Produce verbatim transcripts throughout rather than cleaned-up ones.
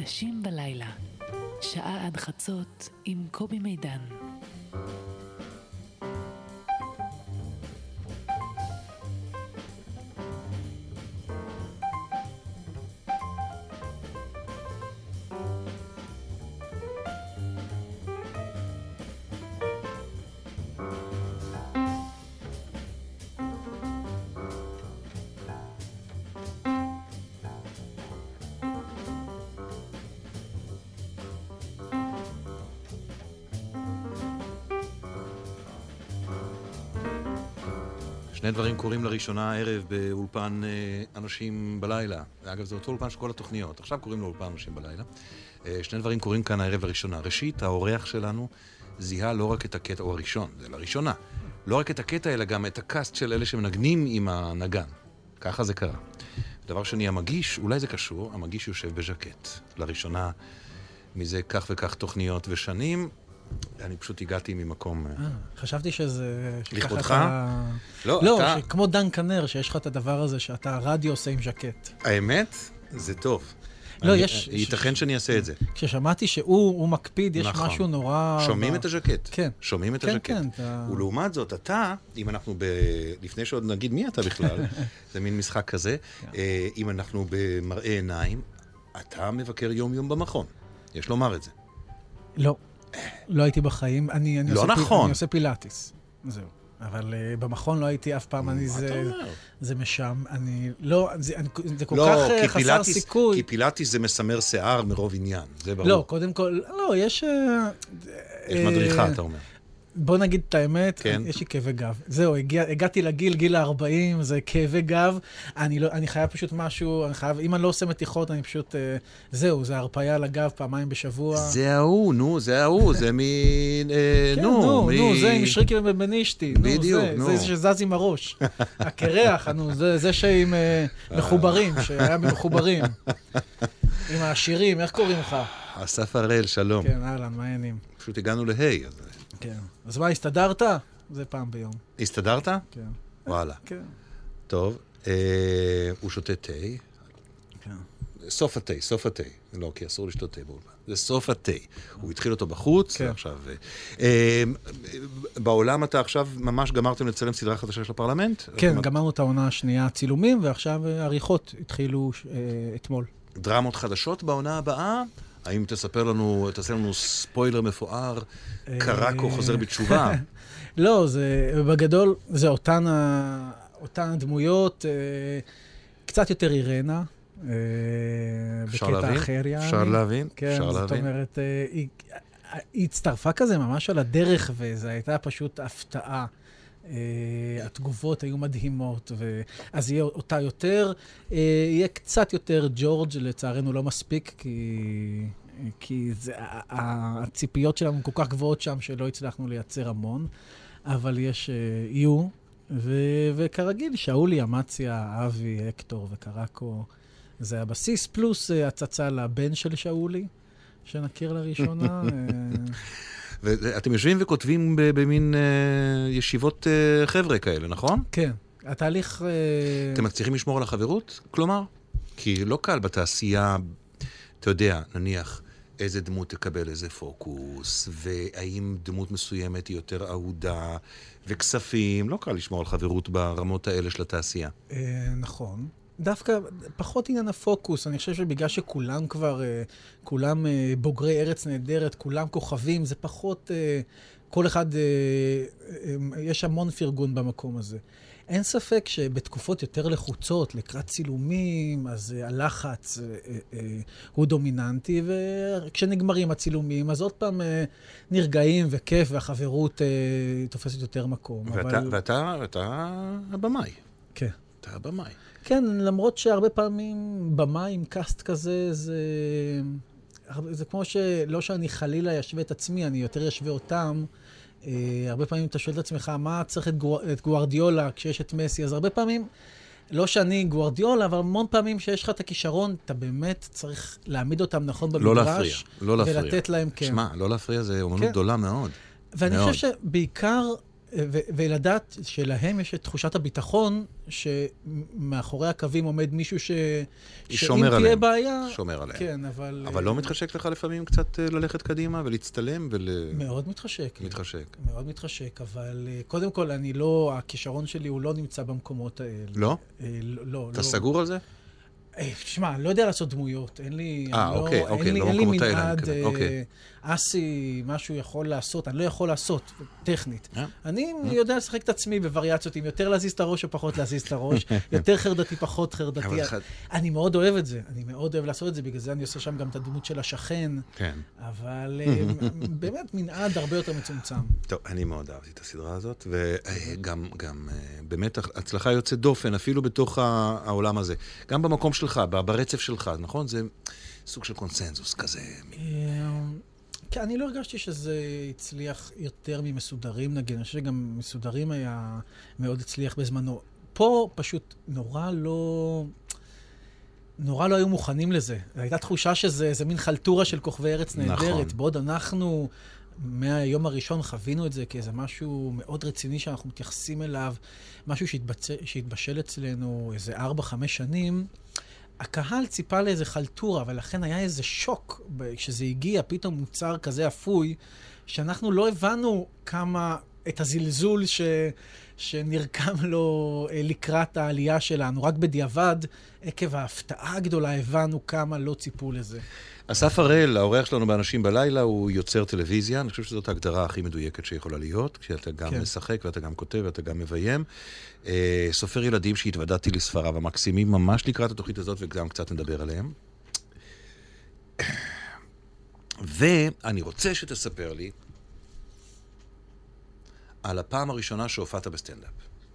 אנשים בלילה, שעה עד חצות עם קובי מידן. שני דברים קורים לראשונה הערב באולפן אנשים בלילה. אגב, זה אותו אולפן של כל התוכניות. עכשיו קוראים לו אולפן אנשים בלילה. שני דברים קורים כאן הערב לראשונה. ראשית, האורח שלנו זיהה לא רק את הקטע, או הראשון, זה לראשונה. לא רק את הקטע, אלא גם את הקאסט של אלה שמנגנים עם הנגן. ככה זה קרה. דבר שני, המגיש, אולי זה קשור, המגיש יושב בז'קט. לראשונה, מזה כך וכך תוכניות ושנים, אני פשוט הגעתי ממקום... חשבתי שזה... לכבודך? לא, לא, כמו דן כנר, שיש לך את הדבר הזה שאתה רדיו עושה עם ז'קט. האמת? זה טוב. לא, יש... ייתכן שאני אעשה את זה. כששמעתי שהוא מקפיד, יש משהו נורא... שומעים את הז'קט. כן. שומעים את הז'קט. כן, כן. ולעומת זאת, אתה, אם אנחנו ב... לפני שעוד נגיד מי אתה בכלל, זה מין משחק כזה, אם אנחנו במראה עיניים, אתה מבקר יום-יום במכון. יש לומר את זה. לא. לא הייתי בחיים, אני, אני, לא עושה, נכון. פי, אני עושה פילאטיס, זהו. אבל uh, במכון לא הייתי אף פעם, אני זה, זה משם, אני לא, זה, אני, זה כל לא, כך כי חסר פילאטיס, סיכוי. כי פילאטיס זה מסמר שיער מרוב עניין, זה ברור. לא, קודם כל, לא, יש... יש מדריכה, אתה אומר. בוא נגיד את האמת, כן. יש לי כאבי גב. זהו, הגע, הגעתי לגיל, גיל ה-ארבעים, זה כאבי גב. אני, לא, אני חייב פשוט משהו, אני חייב, אם אני לא עושה מתיחות, אני פשוט, אה, זהו, זה הרפאיה לגב פעמיים בשבוע. זה ההוא, נו, זה ההוא, זה מ... אה, כן, נו, נו, מ... נו, זה עם שריקי ובנישתי. בדיוק, נו. נו. זה, זה שזז עם הראש. הקרח, נו, זה, זה שעם אה, מחוברים, שהיה במחוברים. עם השירים, איך קוראים לך? אסף הראל, שלום. כן, אהלן, מה העניינים? פשוט הגענו להי, אז... כן. אז מה, הסתדרת? זה פעם ביום. הסתדרת? כן. וואלה. כן. טוב, אה, הוא שותה תה. כן. סוף התה, סוף התה. לא, כי אסור לשתות תה באולפן. זה סוף התה. הוא התחיל אותו בחוץ, כן. ועכשיו... אה, בעולם אתה עכשיו ממש גמרתם לצלם סדרה חדשה של הפרלמנט? כן, גמרנו את העונה השנייה צילומים, ועכשיו עריכות התחילו אה, אתמול. דרמות חדשות בעונה הבאה? האם תספר לנו, תעשה לנו ספוילר מפואר, קרקו חוזר בתשובה? לא, זה, בגדול, זה אותן, ה, אותן הדמויות, קצת יותר אירנה, בקטע אחר. אפשר להבין? כן, אפשר זאת להבין. אומרת, היא, היא הצטרפה כזה ממש על הדרך, וזו הייתה פשוט הפתעה. Uh, התגובות היו מדהימות, ו... אז יהיה אותה יותר, uh, יהיה קצת יותר ג'ורג', לצערנו לא מספיק, כי, כי זה, הציפיות שלנו כל כך גבוהות שם, שלא הצלחנו לייצר המון, אבל יש, uh, יהיו, ו... וכרגיל, שאולי, אמציה, אבי, אקטור וקרקו, זה הבסיס, פלוס uh, הצצה לבן של שאולי, שנכיר לראשונה. ואתם יושבים וכותבים במין אה, ישיבות אה, חבר'ה כאלה, נכון? כן. התהליך... אה... אתם מצליחים לשמור על החברות? כלומר? כי לא קל בתעשייה, אתה יודע, נניח, איזה דמות תקבל איזה פוקוס, והאם דמות מסוימת היא יותר אהודה, וכספים, לא קל לשמור על חברות ברמות האלה של התעשייה. אה, נכון. דווקא פחות עניין הפוקוס, אני חושב שבגלל שכולם כבר, כולם בוגרי ארץ נהדרת, כולם כוכבים, זה פחות, כל אחד, יש המון פרגון במקום הזה. אין ספק שבתקופות יותר לחוצות, לקראת צילומים, אז הלחץ הוא דומיננטי, וכשנגמרים הצילומים, אז עוד פעם נרגעים וכיף, והחברות תופסת יותר מקום. ואתה, ואתה, ואתה הבמאי. כן. אתה הבמאי. כן, למרות שהרבה פעמים במה עם קאסט כזה, זה, זה כמו שלא שאני חלילה ישווה את עצמי, אני יותר ישווה אותם. אה, הרבה פעמים אתה שואל את עצמך, מה צריך את, גואר, את גוארדיולה כשיש את מסי? אז הרבה פעמים, לא שאני גוארדיולה, אבל המון פעמים שיש לך את הכישרון, אתה באמת צריך להעמיד אותם נכון במגרש. לא להפריע, לא להפריע. ולתת להם כן. שמע, לא להפריע זה אומנות כן. גדולה מאוד. ואני מאוד. חושב שבעיקר ו- ולדעת שלהם יש את תחושת הביטחון, שמאחורי הקווים עומד מישהו ש... שאם תהיה עליהם. בעיה... שומר עליהם. כן, אבל... אבל לא מתחשק לך לפעמים קצת ללכת קדימה ולהצטלם ול... מאוד מתחשק. מתחשק. מאוד מתחשק, אבל קודם כל, אני לא... הכישרון שלי הוא לא נמצא במקומות האלה. לא? לא, לא. אתה סגור על זה? תשמע, אני לא יודע לעשות דמויות, אין לי... אה, אוקיי, לא, אוקיי, אין לי, לא אין לי במקומות האלה, מנעד, אני אוקיי. אה, אסי, משהו יכול לעשות, אני לא יכול לעשות, טכנית. אה? אני יודע לשחק את עצמי בווריאציות, אם יותר להזיז את הראש או פחות להזיז את הראש, יותר חרדתי, פחות חרדתי. אבל אחד- אני מאוד אוהב את זה, אני מאוד אוהב לעשות את זה, בגלל זה אני עושה שם גם את הדמות של השכן, כן. אבל אה, באמת מנעד הרבה יותר מצומצם. טוב, אני מאוד אהבתי את הסדרה הזאת, וגם, גם, אה, באמת הצלחה יוצאת דופן, אפילו בתוך ה- העולם הזה. גם במקום שלך, ב- ברצף שלך, נכון? זה סוג של קונסנזוס כזה. אה, כן, אני לא הרגשתי שזה הצליח יותר ממסודרים, נגיד. אני חושב שגם מסודרים היה מאוד הצליח בזמנו. פה פשוט נורא לא... נורא לא היו מוכנים לזה. הייתה תחושה שזה זה מין חלטורה של כוכבי ארץ נהדרת. נכון. בעוד אנחנו, מהיום הראשון חווינו את זה כאיזה משהו מאוד רציני שאנחנו מתייחסים אליו, משהו שהתבצע, שהתבשל אצלנו איזה ארבע, חמש שנים. הקהל ציפה לאיזה חלטורה, ולכן היה איזה שוק כשזה הגיע, פתאום מוצר כזה אפוי, שאנחנו לא הבנו כמה את הזלזול ש... שנרקם לו לקראת העלייה שלנו. רק בדיעבד, עקב ההפתעה הגדולה, הבנו כמה לא ציפו לזה. אסף הראל, האורח שלנו באנשים בלילה, הוא יוצר טלוויזיה. אני חושב שזאת ההגדרה הכי מדויקת שיכולה להיות, כשאתה גם כן. משחק ואתה גם כותב ואתה גם מביים. אה, סופר ילדים שהתוודעתי לספריו המקסימים, ממש לקראת התוכנית הזאת, וגם קצת נדבר עליהם. ואני רוצה שתספר לי על הפעם הראשונה שהופעת בסטנדאפ.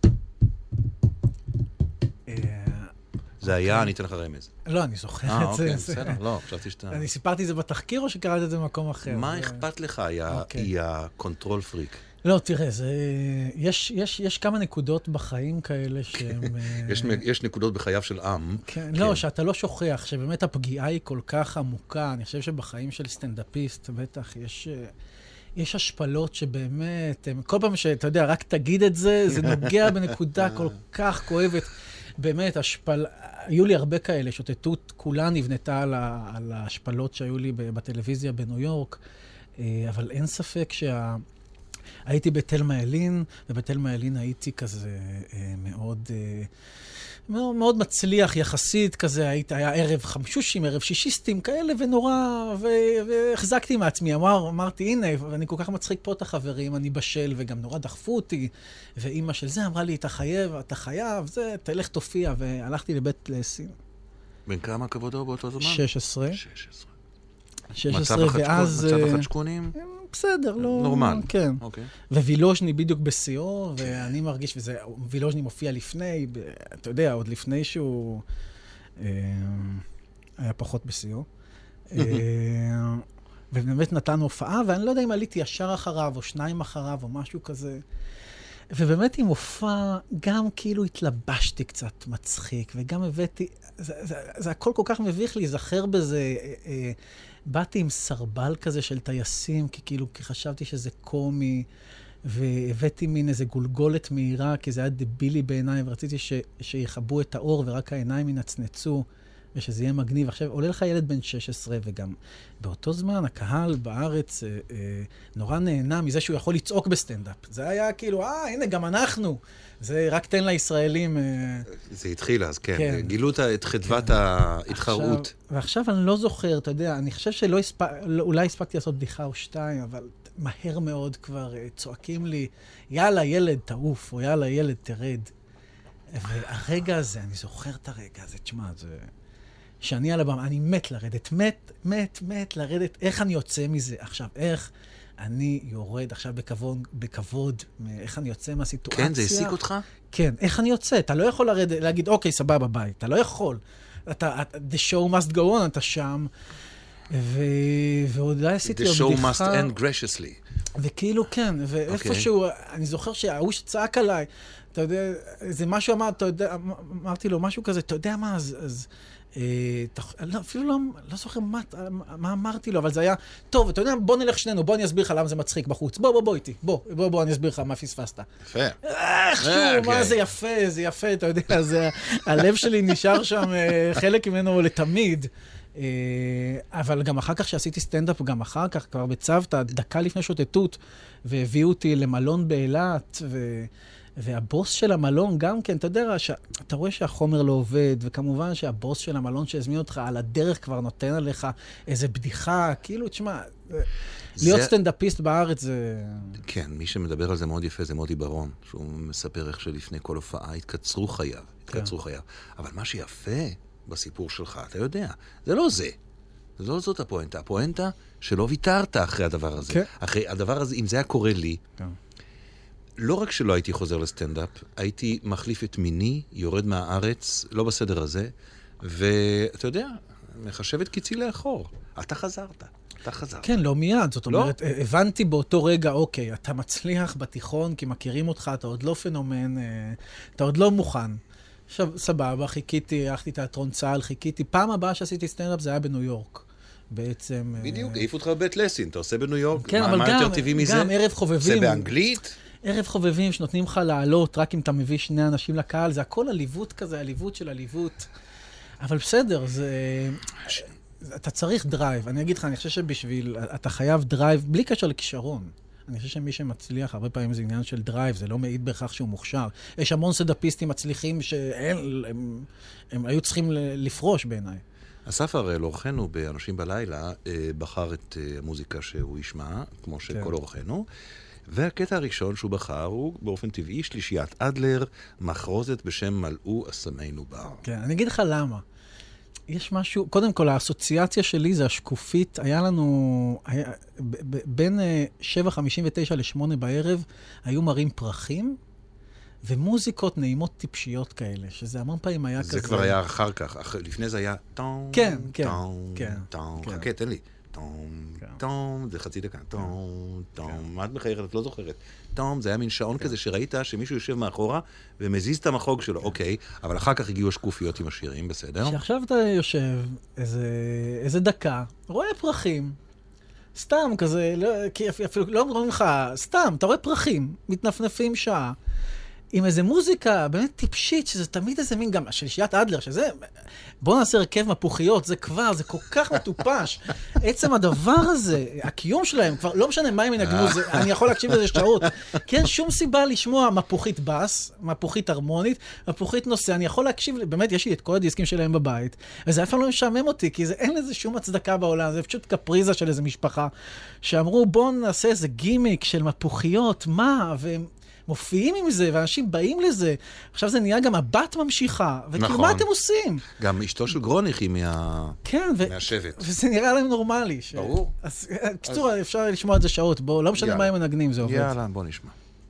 זה היה, אני אתן לך רמז. לא, אני זוכר אה, את זה. אוקיי, זה- בסדר, לא, חשבתי שאתה... אני סיפרתי את זה בתחקיר, או שקראתי את זה במקום אחר? מה זה- אכפת לך? היא ה- אוקיי. היא הקונטרול פריק. לא, תראה, זה... יש, יש, יש כמה נקודות בחיים כאלה שהם... אה, יש, יש נקודות בחייו של עם. כן, לא, שאתה לא שוכח, שבאמת הפגיעה היא כל כך עמוקה. אני חושב שבחיים של סטנדאפיסט, בטח, יש... אה, יש השפלות שבאמת, הם, כל פעם שאתה יודע, רק תגיד את זה, זה נוגע בנקודה כל כך כואבת. באמת, השפל... היו לי הרבה כאלה, שוטטות כולה נבנתה על, ה... על ההשפלות שהיו לי בטלוויזיה בניו יורק, אה, אבל אין ספק שה... הייתי בתלמה ילין, ובתלמה ילין הייתי כזה אה, מאוד, אה, מאוד, מאוד מצליח יחסית, כזה היית, היה ערב חמשושים, ערב שישיסטים כאלה, ונורא, ו, והחזקתי מעצמי, אמר, אמרתי, הנה, אני כל כך מצחיק פה את החברים, אני בשל, וגם נורא דחפו אותי, ואימא של זה אמרה לי, אתה חייב, אתה חייב, זה, תלך תופיע, והלכתי לבית לסין. בין כמה כבודו באותו זמן? שש עשרה. שש עשרה. שש מצב עשרה, ואז... מצב אה, החדשקונים? בסדר, לא... נורמל. כן. אוקיי. ווילוז'ני בדיוק בשיאו, ואני מרגיש, וזה, וילוז'ני מופיע לפני, ב- אתה יודע, עוד לפני שהוא אה, היה פחות בשיאו. אה, ובאמת נתן הופעה, ואני לא יודע אם עליתי ישר אחריו, או שניים אחריו, או משהו כזה. ובאמת עם הופעה, גם כאילו התלבשתי קצת מצחיק, וגם הבאתי, זה, זה, זה הכל כל כך מביך להיזכר בזה, אה, אה, באתי עם סרבל כזה של טייסים, כי כאילו, כי חשבתי שזה קומי, והבאתי מין איזה גולגולת מהירה, כי זה היה דבילי בעיניי, ורציתי ש, שיחבו את האור, ורק העיניים ינצנצו, ושזה יהיה מגניב. עכשיו, עולה לך ילד בן שש עשרה, וגם באותו זמן, הקהל בארץ אה, אה, נורא נהנה מזה שהוא יכול לצעוק בסטנדאפ. זה היה כאילו, אה, הנה, גם אנחנו. זה רק תן לישראלים... אה, זה התחיל אז, כן. כן. גילו את- את חדוות ההתחרות. עכשיו, ועכשיו אני לא זוכר, אתה יודע, אני חושב שלא הספק, לא, אולי הספקתי לעשות בדיחה או שתיים, אבל מהר מאוד כבר אה, צועקים לי, יאללה, ילד, תעוף, או יאללה, ילד, תרד. והרגע הזה, אני זוכר את הרגע הזה, תשמע, זה... שאני על הבמה, אני מת לרדת, מת, מת, מת לרדת. איך אני יוצא מזה? עכשיו, איך אני יורד עכשיו בכבוד, בכבוד, איך אני יוצא מהסיטואציה? כן, זה העסיק אותך? כן, איך אני יוצא? אתה לא יכול לרדת, להגיד, אוקיי, סבבה, ביי. אתה לא יכול. אתה, אתה- the show must go on, אתה שם. ו... ועוד עשיתי The לו show בדיחה. must end graciously. וכאילו כן, ואיפשהו, אני זוכר שההוא שצעק עליי, אתה יודע, זה משהו אמר, אתה יודע, אמרתי לו משהו כזה, אתה יודע מה, אז, אז אפילו לא זוכר מה אמרתי לו, אבל זה היה, טוב, אתה יודע, בוא נלך שנינו, בוא אני אסביר לך למה זה מצחיק בחוץ. בוא, בוא, בוא איתי, בוא, בוא, בוא, אני אסביר לך מה פספסת. יפה. איכשהו, מה זה יפה, זה יפה, אתה יודע, הלב שלי נשאר שם חלק ממנו לתמיד. אבל גם אחר כך שעשיתי סטנדאפ, גם אחר כך, כבר בצוותא, דקה לפני שוטטות, והביאו אותי למלון באילת, ו... והבוס של המלון גם כן, אתה יודע, ש... אתה רואה שהחומר לא עובד, וכמובן שהבוס של המלון שהזמין אותך על הדרך כבר נותן עליך איזה בדיחה, כאילו, תשמע, זה... להיות סטנדאפיסט בארץ זה... כן, מי שמדבר על זה מאוד יפה זה מודי ברון, שהוא מספר איך שלפני כל הופעה התקצרו חייו, התקצרו כן. חייו. אבל מה שיפה בסיפור שלך, אתה יודע, זה לא זה. זה לא זאת הפואנטה. הפואנטה שלא ויתרת אחרי הדבר הזה. כן. אחרי הדבר הזה, אם זה היה קורה לי, כן. לא רק שלא הייתי חוזר לסטנדאפ, הייתי מחליף את מיני, יורד מהארץ, לא בסדר הזה, ואתה יודע, מחשב את קיצי לאחור. אתה חזרת, אתה חזרת. כן, לא מיד. זאת אומרת, לא? הבנתי באותו רגע, אוקיי, אתה מצליח בתיכון, כי מכירים אותך, אתה עוד לא פנומן, אתה עוד לא מוכן. עכשיו, סבבה, חיכיתי, הלכתי תיאטרון צהל, חיכיתי. פעם הבאה שעשיתי סטנדאפ זה היה בניו יורק. בעצם... בדיוק, העיפו אותך בבית לסין, אתה עושה בניו יורק. כן, אבל גם, גם ערב חובבים. זה באנגלית? ערב חובבים שנותנים לך לעלות, רק אם אתה מביא שני אנשים לקהל, זה הכל עליבות כזה, עליבות של עליבות. אבל בסדר, זה... אתה צריך דרייב. אני אגיד לך, אני חושב שבשביל... אתה חייב דרייב, בלי קשר לכישרון. אני חושב שמי שמצליח, הרבה פעמים זה עניין של דרייב, זה לא מעיד בהכרח שהוא מוכשר. יש המון סטנדאפיסטים מצליחים שאין, הם, הם היו צריכים לפרוש בעיניי. אסף הראל, אורחנו באנשים בלילה, בחר את המוזיקה שהוא ישמע, כמו שכל אורחנו, והקטע הראשון שהוא בחר הוא באופן טבעי שלישיית אדלר, מחרוזת בשם מלאו אסמנו בר. כן, אני אגיד לך למה. יש משהו, קודם כל, האסוציאציה שלי זה השקופית, היה לנו, היה, ב, ב, בין שבע חמישים ותשע לשמונה בערב, היו מראים פרחים, ומוזיקות נעימות טיפשיות כאלה, שזה המון פעמים היה זה כזה... זה כבר היה אחר כך, אח... לפני זה היה טום, כן, כן, טום, כן, טום, כן. חכה, תן לי. טום, כן. טום, זה חצי דקה, טום, טום, כן. מה את מחיירת? את לא זוכרת. טום, זה היה מין שעון כן. כזה שראית שמישהו יושב מאחורה ומזיז את המחוג שלו, כן. אוקיי, אבל אחר כך הגיעו השקופיות עם השירים, בסדר? שעכשיו אתה יושב איזה, איזה דקה, רואה פרחים, סתם כזה, לא, כי אפילו לא אומרים לך, סתם, אתה רואה פרחים, מתנפנפים שעה, עם איזה מוזיקה באמת טיפשית, שזה תמיד איזה מין גם, שלישיית אדלר, שזה, בוא נעשה הרכב מפוחיות, זה כבר, זה כל כך מטופש. עצם הדבר הזה, הקיום שלהם, כבר לא משנה מה הם ינגנו, זה, אני יכול להקשיב לזה שעות. כי אין שום סיבה לשמוע מפוחית בס, מפוחית הרמונית, מפוחית נושא, אני יכול להקשיב, באמת, יש לי את כל הדיסקים שלהם בבית, וזה אף פעם לא משעמם אותי, כי זה, אין לזה שום הצדקה בעולם, זה פשוט קפריזה של איזה משפחה, שאמרו, בוא נעשה איזה גימיק של מפוחיות, מה, והם... מופיעים עם זה, ואנשים באים לזה. עכשיו זה נהיה גם הבת ממשיכה. וכאילו, נכון. מה אתם עושים? גם אשתו של גרוניך היא מה... כן, ו... מהשבט. וזה נראה להם נורמלי. ש... ברור. אז, קצור, אז... אפשר לשמוע את זה שעות. בוא, לא משנה יאללה. מה הם מנגנים, זה עובד. יאללה, בוא נשמע.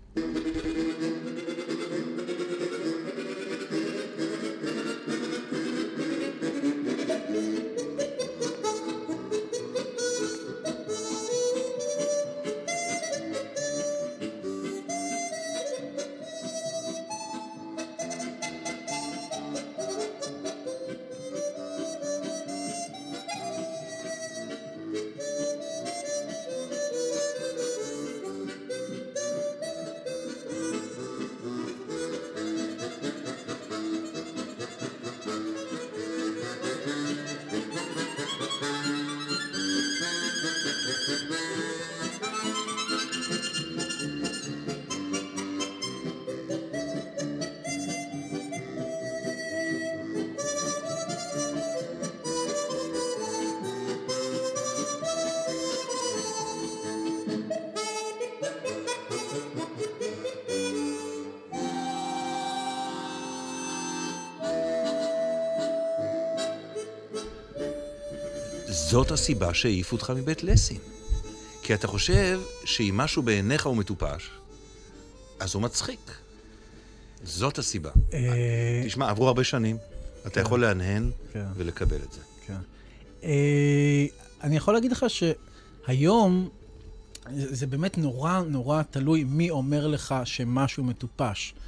זאת הסיבה שהעיפו אותך מבית לסין. כי אתה חושב שאם משהו בעיניך הוא מטופש, אז הוא מצחיק. זאת הסיבה. תשמע, עברו הרבה שנים, אתה יכול להנהן ולקבל את זה. אני יכול להגיד לך שהיום זה באמת נורא נורא תלוי מי אומר לך שמשהו מטופש.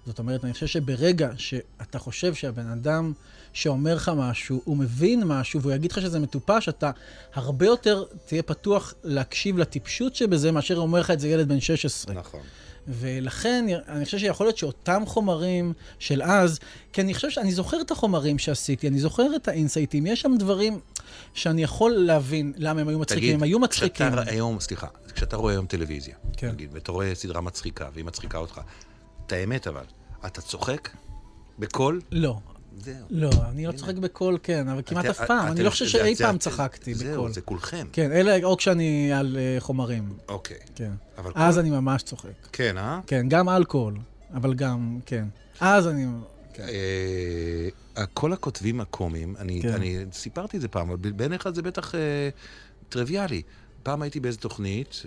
זאת אומרת, אני חושב שברגע שאתה חושב שהבן אדם שאומר לך משהו, הוא מבין משהו, והוא יגיד לך שזה מטופש, אתה הרבה יותר תהיה פתוח להקשיב לטיפשות שבזה, מאשר אומר לך את זה ילד בן שש עשרה. נכון. ולכן אני חושב שיכול להיות שאותם חומרים של אז, כי אני חושב שאני זוכר את החומרים שעשיתי, אני זוכר את האינסייטים, יש שם דברים שאני יכול להבין למה הם היו מצחיקים, הם היו מצחיקים. כשאתה היום, סליחה, כשאתה רואה היום טלוויזיה, כן. נגיד, ואתה רואה סדרה מצחיקה, והיא מצחיקה אותך, את האמת אבל, אתה צוחק? בקול? לא. זהו. לא, אני לא צוחק בקול, כן, אבל כמעט אתה- אף פעם, אתה- אני לא חושב זה- שאי זה- פעם זה- צחקתי בקול. זהו, זה כולכם. כן, אלא או כשאני על אה, חומרים, אוקיי. כן. אבל אז כל- אני ממש צוחק. כן, אה? כן, גם אלכוהול, אבל גם, כן. אז אני... כן. אה, כל הכותבים הקומיים, אני, כן. אני סיפרתי את זה פעם, אבל בעיניך זה בטח אה, טריוויאלי. פעם הייתי באיזו תוכנית,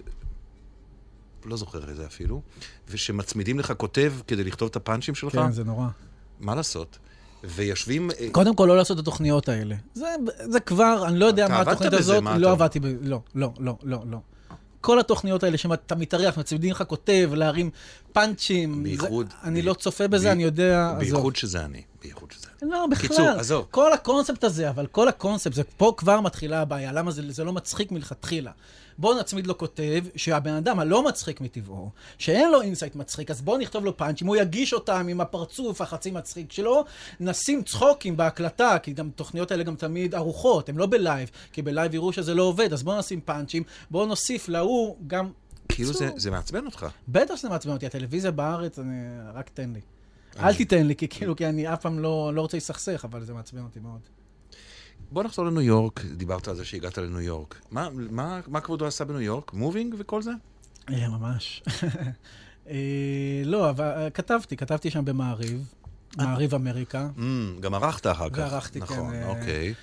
לא זוכר איזה אפילו, ושמצמידים לך כותב כדי לכתוב את הפאנצ'ים שלך, כן, זה נורא. מה לעשות? ויושבים... אה, קודם כל, לא לעשות את התוכניות האלה. זה, זה כבר, אני לא יודע אתה מה עבדת התוכנית בזה, הזאת, מה לא אתה- עבדתי ב... לא, לא, לא, לא, לא. כל התוכניות האלה שאתה מתארח, מצמידים לך כותב, להרים פאנצ'ים. בייחוד- זה, אני בי- לא צופה בזה, בי- אני יודע... עזוב. בייחוד שזה אני, בייחוד שזה אני. לא, בכלל. קיצור, עזוב. כל הקונספט הזה, אבל כל הקונספט, זה פה כבר מתחילה הבעיה. למה זה, זה לא מצחיק מלכתחילה? בואו נצמיד לו כותב שהבן אדם הלא מצחיק מטבעו, שאין לו אינסייט מצחיק, אז בואו נכתוב לו פאנצ'ים, הוא יגיש אותם עם הפרצוף החצי מצחיק שלו, נשים צחוקים בהקלטה, כי גם תוכניות האלה גם תמיד ארוחות, הן לא בלייב, כי בלייב יראו שזה לא עובד, אז בואו נשים פאנצ'ים, בואו נוסיף להוא גם... כאילו זה, קיצור. זה מעצבן אותך. בטח שזה מעצבן אותי, הטלוויזיה בארץ, אני... רק תן לי. אל תיתן לי, כי כאילו, כי אני אף פעם לא, לא רוצה לסכסך, אבל זה מעצבן אותי מאוד. בוא נחזור לניו יורק, דיברת על זה שהגעת לניו יורק. מה, מה, מה כבודו עשה בניו יורק? מובינג וכל זה? אה, ממש. אה, לא, אבל אה, כתבתי, כתבתי שם במעריב, מעריב אמריקה, Mm, גם ערכת אחר כך. וערכתי, כן, נכון, אה, אוקיי.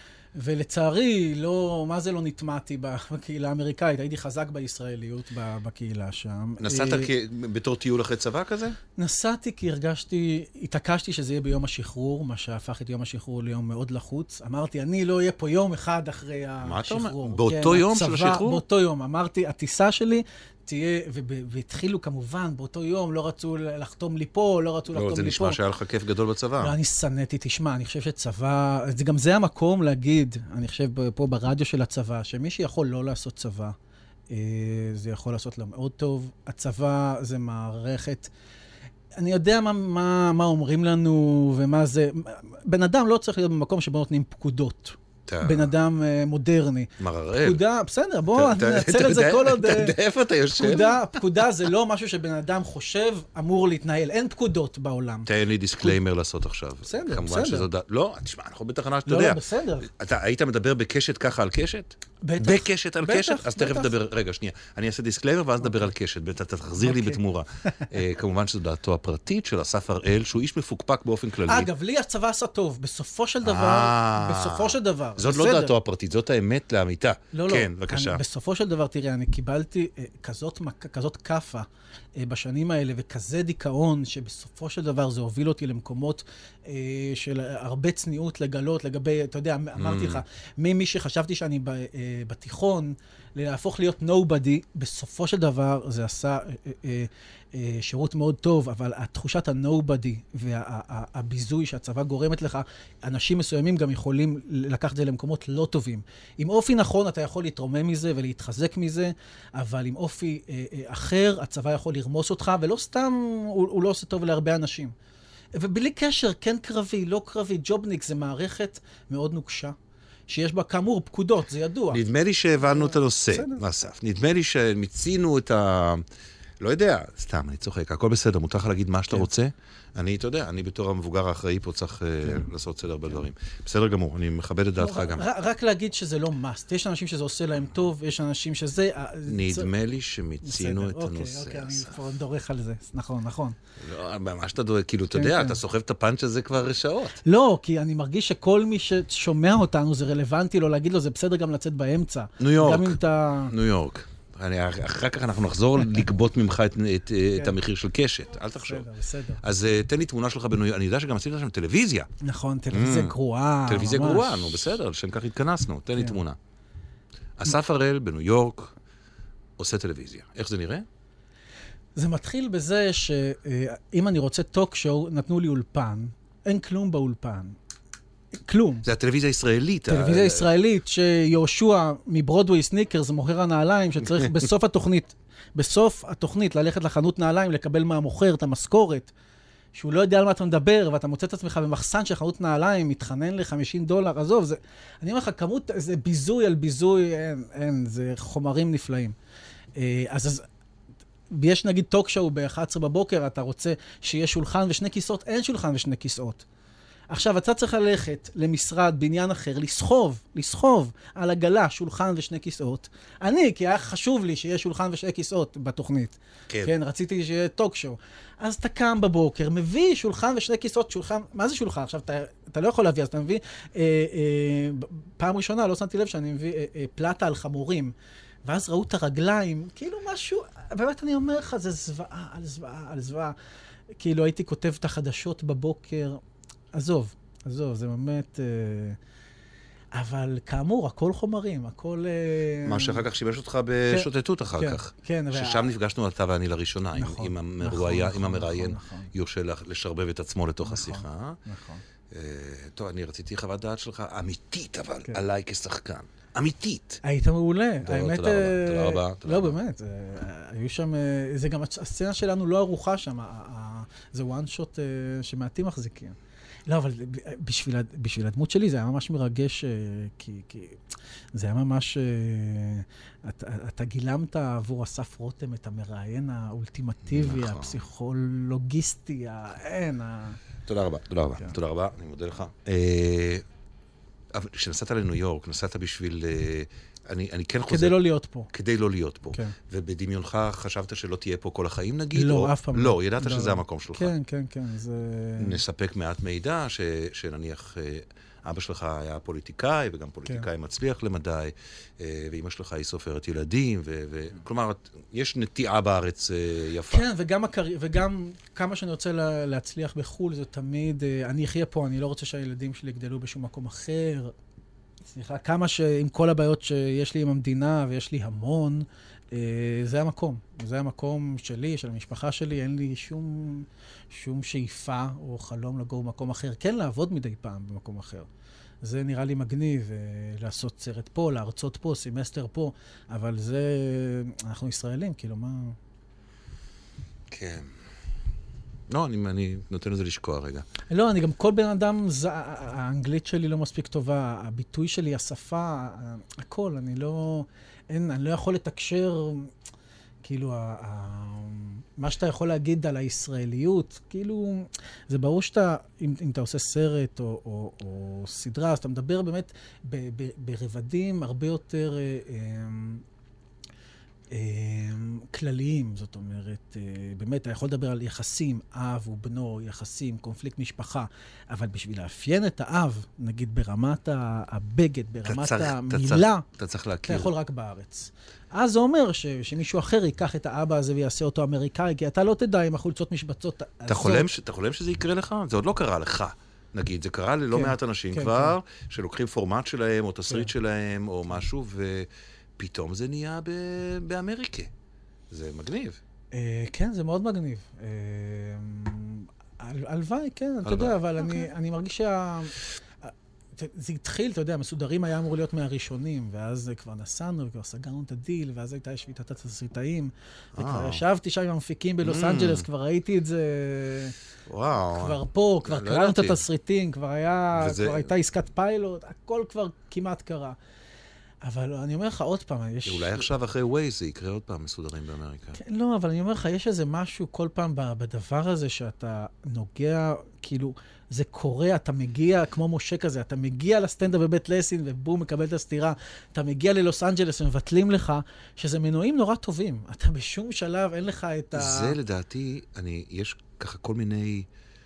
ולצערי, לא, מה זה לא נטמעתי בקהילה האמריקאית, הייתי חזק בישראליות ב- בקהילה שם. נסעת אה, כ- בתור טיול אחרי צבא כזה? נסעתי כי הרגשתי, התעקשתי שזה יהיה ביום השחרור, מה שהפך את יום השחרור ליום מאוד לחוץ. אמרתי, אני לא אהיה פה יום אחד אחרי מה אתה אומר? השחרור. באותו כן, יום של הצבא, השחרור? באותו באותו יום. אמרתי, הטיסה שלי תהיה, וב- והתחילו כמובן, באותו יום, לא רצו לחתום לי פה, לא רצו לא, לחתום זה לי פה. נשמע שהיה לך כיף גדול בצבא. לא, אני שנאתי, תשמע, אני חושב שצבא, זה גם זה המקום להגיד, אני חושב פה ברדיו של הצבא, שמי שיכול לא לעשות צבא, אה, זה יכול לעשות לו מאוד טוב. הצבא זה מערכת, אני יודע מה, מה, מה אומרים לנו ומה זה, בן אדם לא צריך להיות במקום שבו נותנים פקודות. אתה- בן אדם אה, מודרני. מר הראל. פקודה, בסדר, בוא אתה- ננצל אתה את זה יודע- כל עוד... אתה אה, יודע איפה אתה יושב? פקודה, פקודה זה לא משהו שבן אדם חושב אמור להתנהל. אין פקודות בעולם. תן לי דיסקליימר לעשות עכשיו. בסדר, כמובן בסדר. שזו... ד- לא, תשמע, אנחנו בתחנה שאתה לא, יודע. לא, בסדר. אתה היית מדבר בקשת ככה על קשת? בטח. בקשת על בטח, קשת? אז תכף בטח. נדבר, רגע, שנייה. אני אעשה דיסקליימר ואז נדבר על קשת. אתה תחזיר לי אוקיי. בתמורה. אה, כמובן שזו דעתו הפרטית של אסף הראל, שהוא איש מפוקפק באופן כללי. אגב, לי הצבא עשה טוב. בסופו של דבר, אה. בסופו של דבר. זאת לא בסדר. דעתו הפרטית, זאת האמת לאמיתה. לא, לא. כן, בבקשה. אני, בסופו של דבר, תראה, אני קיבלתי אה, כזאת, מכה, כזאת קפה אה, בשנים האלה, וכזה דיכאון, שבסופו של דבר זה הוביל אותי למקומות אה, של הרבה צניעות לגלות, לגבי, אתה יודע, אמרתי לך, ממי שחשבתי שאני ב, אה, בתיכון, להפוך להיות nobody, בסופו של דבר זה עשה אה, אה, אה, שירות מאוד טוב, אבל התחושת ה-nobody והביזוי שהצבא גורמת לך, אנשים מסוימים גם יכולים לקחת את זה למקומות לא טובים. עם אופי נכון אתה יכול להתרומם מזה ולהתחזק מזה, אבל עם אופי אה, אה, אחר הצבא יכול לרמוס אותך, ולא סתם, הוא, הוא לא עושה טוב להרבה אנשים. ובלי קשר, כן קרבי, לא קרבי, ג'ובניק זה מערכת מאוד נוקשה. שיש בה כאמור פקודות, זה ידוע. נדמה לי שהבנו את הנושא, בסדר. אסף. נדמה לי שמיצינו את ה... לא יודע, סתם, אני צוחק, הכל בסדר, מותר לך להגיד מה שאתה כן. רוצה. אני, אתה יודע, אני בתור המבוגר האחראי פה צריך אה, לעשות סדר בדברים. בסדר גמור, אני מכבד את דעתך גם. ר- רק להגיד שזה לא must. יש אנשים שזה עושה להם טוב, יש אנשים שזה... נדמה לי שמיצינו את בסדר, אוקיי, הנושא. אוקיי, אני אסף. כבר דורך על זה. נכון, נכון. לא, ממש אתה דואג, כאילו, אתה כן, יודע, כן. אתה סוחב את הפאנץ' הזה כבר שעות. לא, כי אני מרגיש שכל מי ששומע אותנו, זה רלוונטי לו להגיד לו, זה בסדר גם לצאת באמצע. ניו יורק. גם אם אתה... ניו יורק. אני, אחר כך אנחנו נחזור לגבות ממך את, את, את המחיר של קשת, אל תחשוב. בסדר, בסדר. אז uh, תן לי תמונה שלך בניו יורק, אני יודע שגם עשית שם טלוויזיה. נכון, טלוויזיה גרועה. טלוויזיה ממש. גרועה, נו בסדר, לשם כך התכנסנו, תן לי כן. תמונה. אסף הראל בניו יורק עושה טלוויזיה. איך זה נראה? זה מתחיל בזה שאם אני רוצה טוק שואו, נתנו לי אולפן. אין כלום באולפן. כלום. זה הטלוויזיה הישראלית. טלוויזיה ישראלית, שיהושע מברודווי סניקרס, מוכר הנעליים, שצריך בסוף התוכנית, בסוף התוכנית ללכת לחנות נעליים, לקבל מהמוכר את המשכורת, שהוא לא יודע על מה אתה מדבר, ואתה מוצא את עצמך במחסן של חנות נעליים, מתחנן ל-חמישים דולר, עזוב, זה, אני אומר לך, כמות, זה ביזוי על ביזוי, אין, אין, זה חומרים נפלאים. אז, אז יש נגיד טוק שואו ב-אחת עשרה בבוקר, אתה רוצה שיהיה שולחן ושני כיסאות, אין שולחן ושני כיסאות. עכשיו, אתה צריך ללכת למשרד, בניין אחר, לסחוב, לסחוב על עגלה, שולחן ושני כיסאות. אני, כי היה חשוב לי שיהיה שולחן ושני כיסאות בתוכנית. כן. כן, רציתי שיהיה טוק שואו. אז אתה קם בבוקר, מביא שולחן ושני כיסאות, שולחן, מה זה שולחן? עכשיו, אתה, אתה לא יכול להביא, אז אתה מביא, אה, אה, פעם ראשונה, לא שמתי לב שאני מביא אה, אה, פלטה על חמורים, ואז ראו את הרגליים, כאילו משהו, באמת אני אומר לך, זה זוועה על זוועה על זוועה. כאילו הייתי כותב את החדשות בבוקר, עזוב, עזוב, זה באמת... אבל כאמור, הכל חומרים, הכל... מה שאחר כך שימש אותך בשוטטות אחר כן, כך. כן. ששם וה... נפגשנו אתה ואני לראשונה, נכון, עם, נכון, המרואיין, נכון, עם המראיין, נכון, יורשה לשרבב את עצמו לתוך נכון, השיחה. נכון. Uh, טוב, אני רציתי חוות דעת שלך, אמיתית אבל, כן. עליי כשחקן. אמיתית. היית מעולה. טוב, האמת, תודה רבה, תודה רבה. תודה לא, רבה. באמת, היו שם, זה גם, הסצנה שלנו לא ערוכה שם, זה one shot שמעטים מחזיקים. לא, אבל בשביל, בשביל הדמות שלי זה היה ממש מרגש, כי, כי זה היה ממש, אתה, אתה גילמת עבור אסף רותם את המראיין האולטימטיבי, נכון. הפסיכולוגיסטי, האין, ה... תודה רבה, תודה רבה, כן. תודה רבה, אני מודה לך. אבל כשנסעת לניו יורק, נסעת בשביל... אני, אני כן חוזר... כדי לא להיות פה. כדי לא להיות פה. כן. ובדמיונך חשבת שלא תהיה פה כל החיים, נגיד? לא, או... אף פעם לא. לא, ידעת לא. שזה המקום שלך. כן, כן, כן, זה... נספק מעט מידע, ש... שנניח אבא שלך היה פוליטיקאי, וגם פוליטיקאי כן. מצליח למדי, ואמא שלך היא סופרת ילדים, ו... ו... כלומר, יש נטיעה בארץ יפה. כן, וגם, הקר... וגם כמה שאני רוצה לה... להצליח בחול, זה תמיד, אני אחיה פה, אני לא רוצה שהילדים שלי יגדלו בשום מקום אחר. סליחה, כמה שעם כל הבעיות שיש לי עם המדינה, ויש לי המון, זה המקום. זה המקום שלי, של המשפחה שלי, אין לי שום, שום שאיפה או חלום לגור במקום אחר. כן, לעבוד מדי פעם במקום אחר. זה נראה לי מגניב, לעשות סרט פה, להרצות פה, סמסטר פה, אבל זה... אנחנו ישראלים, כאילו, מה... כן. לא, אני, אני נותן לזה לשקוע רגע. לא, אני גם כל בן אדם, זה, האנגלית שלי לא מספיק טובה, הביטוי שלי, השפה, הכל, אני לא, אין, אני לא יכול לתקשר, כאילו, ה, ה, מה שאתה יכול להגיד על הישראליות, כאילו, זה ברור שאתה, אם, אם אתה עושה סרט או, או, או סדרה, אז אתה מדבר באמת ב, ב, ברבדים הרבה יותר... אה, כלליים, זאת אומרת, באמת, אתה יכול לדבר על יחסים, אב ובנו, יחסים, קונפליקט משפחה, אבל בשביל לאפיין את האב, נגיד ברמת הבגד, ברמת המילה, אתה צריך להכיר. אתה יכול רק בארץ. אז זה אומר ש, שמישהו אחר ייקח את האבא הזה ויעשה אותו אמריקאי, כי אתה לא תדע עם החולצות משבצות. אתה חולם, אתה חולם שזה יקרה לך? זה עוד לא קרה לך. נגיד, זה קרה ללא כן, מעט אנשים כן, כבר, כן. שלוקחים פורמט שלהם, או תסריט כן. שלהם, או משהו, ו... פתאום זה נהיה ב- באמריקה. זה מגניב. אה, כן, זה מאוד מגניב. אה, הלוואי, כן, אתה יודע, אבל אני, אני מרגיש שה... זה התחיל, אתה יודע, מסודרים היה אמור להיות מהראשונים, ואז כבר נסענו, וכבר סגרנו את הדיל, ואז הייתה שביתת התסריטאים, וכבר ישבתי שם עם המפיקים בלוס אנג'לס, כבר ראיתי את זה... וואו. כבר פה, כבר קראנו את התסריטים, כבר הייתה עסקת פיילוט, הכל כבר כמעט קרה. אבל אני אומר לך עוד פעם, יש... אולי עכשיו אחרי ווייז זה יקרה עוד פעם מסודרים באמריקה. כן, לא, אבל אני אומר לך, יש איזה משהו כל פעם בדבר הזה שאתה נוגע, כאילו, זה קורה, אתה מגיע, כמו משה כזה, אתה מגיע לסטנדאפ בבית לסין, ובום, מקבל את הסתירה, אתה מגיע ללוס אנג'לס ומבטלים לך, שזה מנועים נורא טובים. אתה בשום שלב, אין לך את ה... זה לדעתי, אני, יש ככה כל מיני...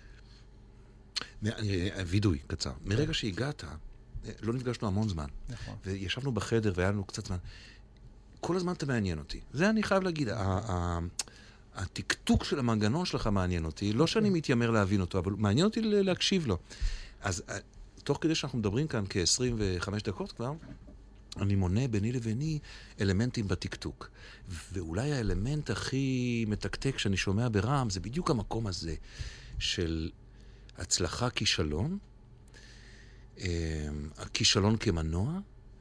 וידוי קצר. מרגע שהגעת, לא נפגשנו המון זמן. נכון. וישבנו בחדר והיה לנו קצת זמן. כל הזמן אתה מעניין אותי. זה אני חייב להגיד. התקתוק של המנגנון שלך מעניין אותי. לא שאני מתיימר להבין אותו, אבל מעניין אותי להקשיב לו. אז תוך כדי שאנחנו מדברים כאן כ-עשרים וחמש דקות כבר, אני מונה ביני לביני אלמנטים בטקטוק. ואולי האלמנט הכי מתקתק שאני שומע ברם, זה בדיוק המקום הזה של הצלחה כישלון, הכישלון כמנוע,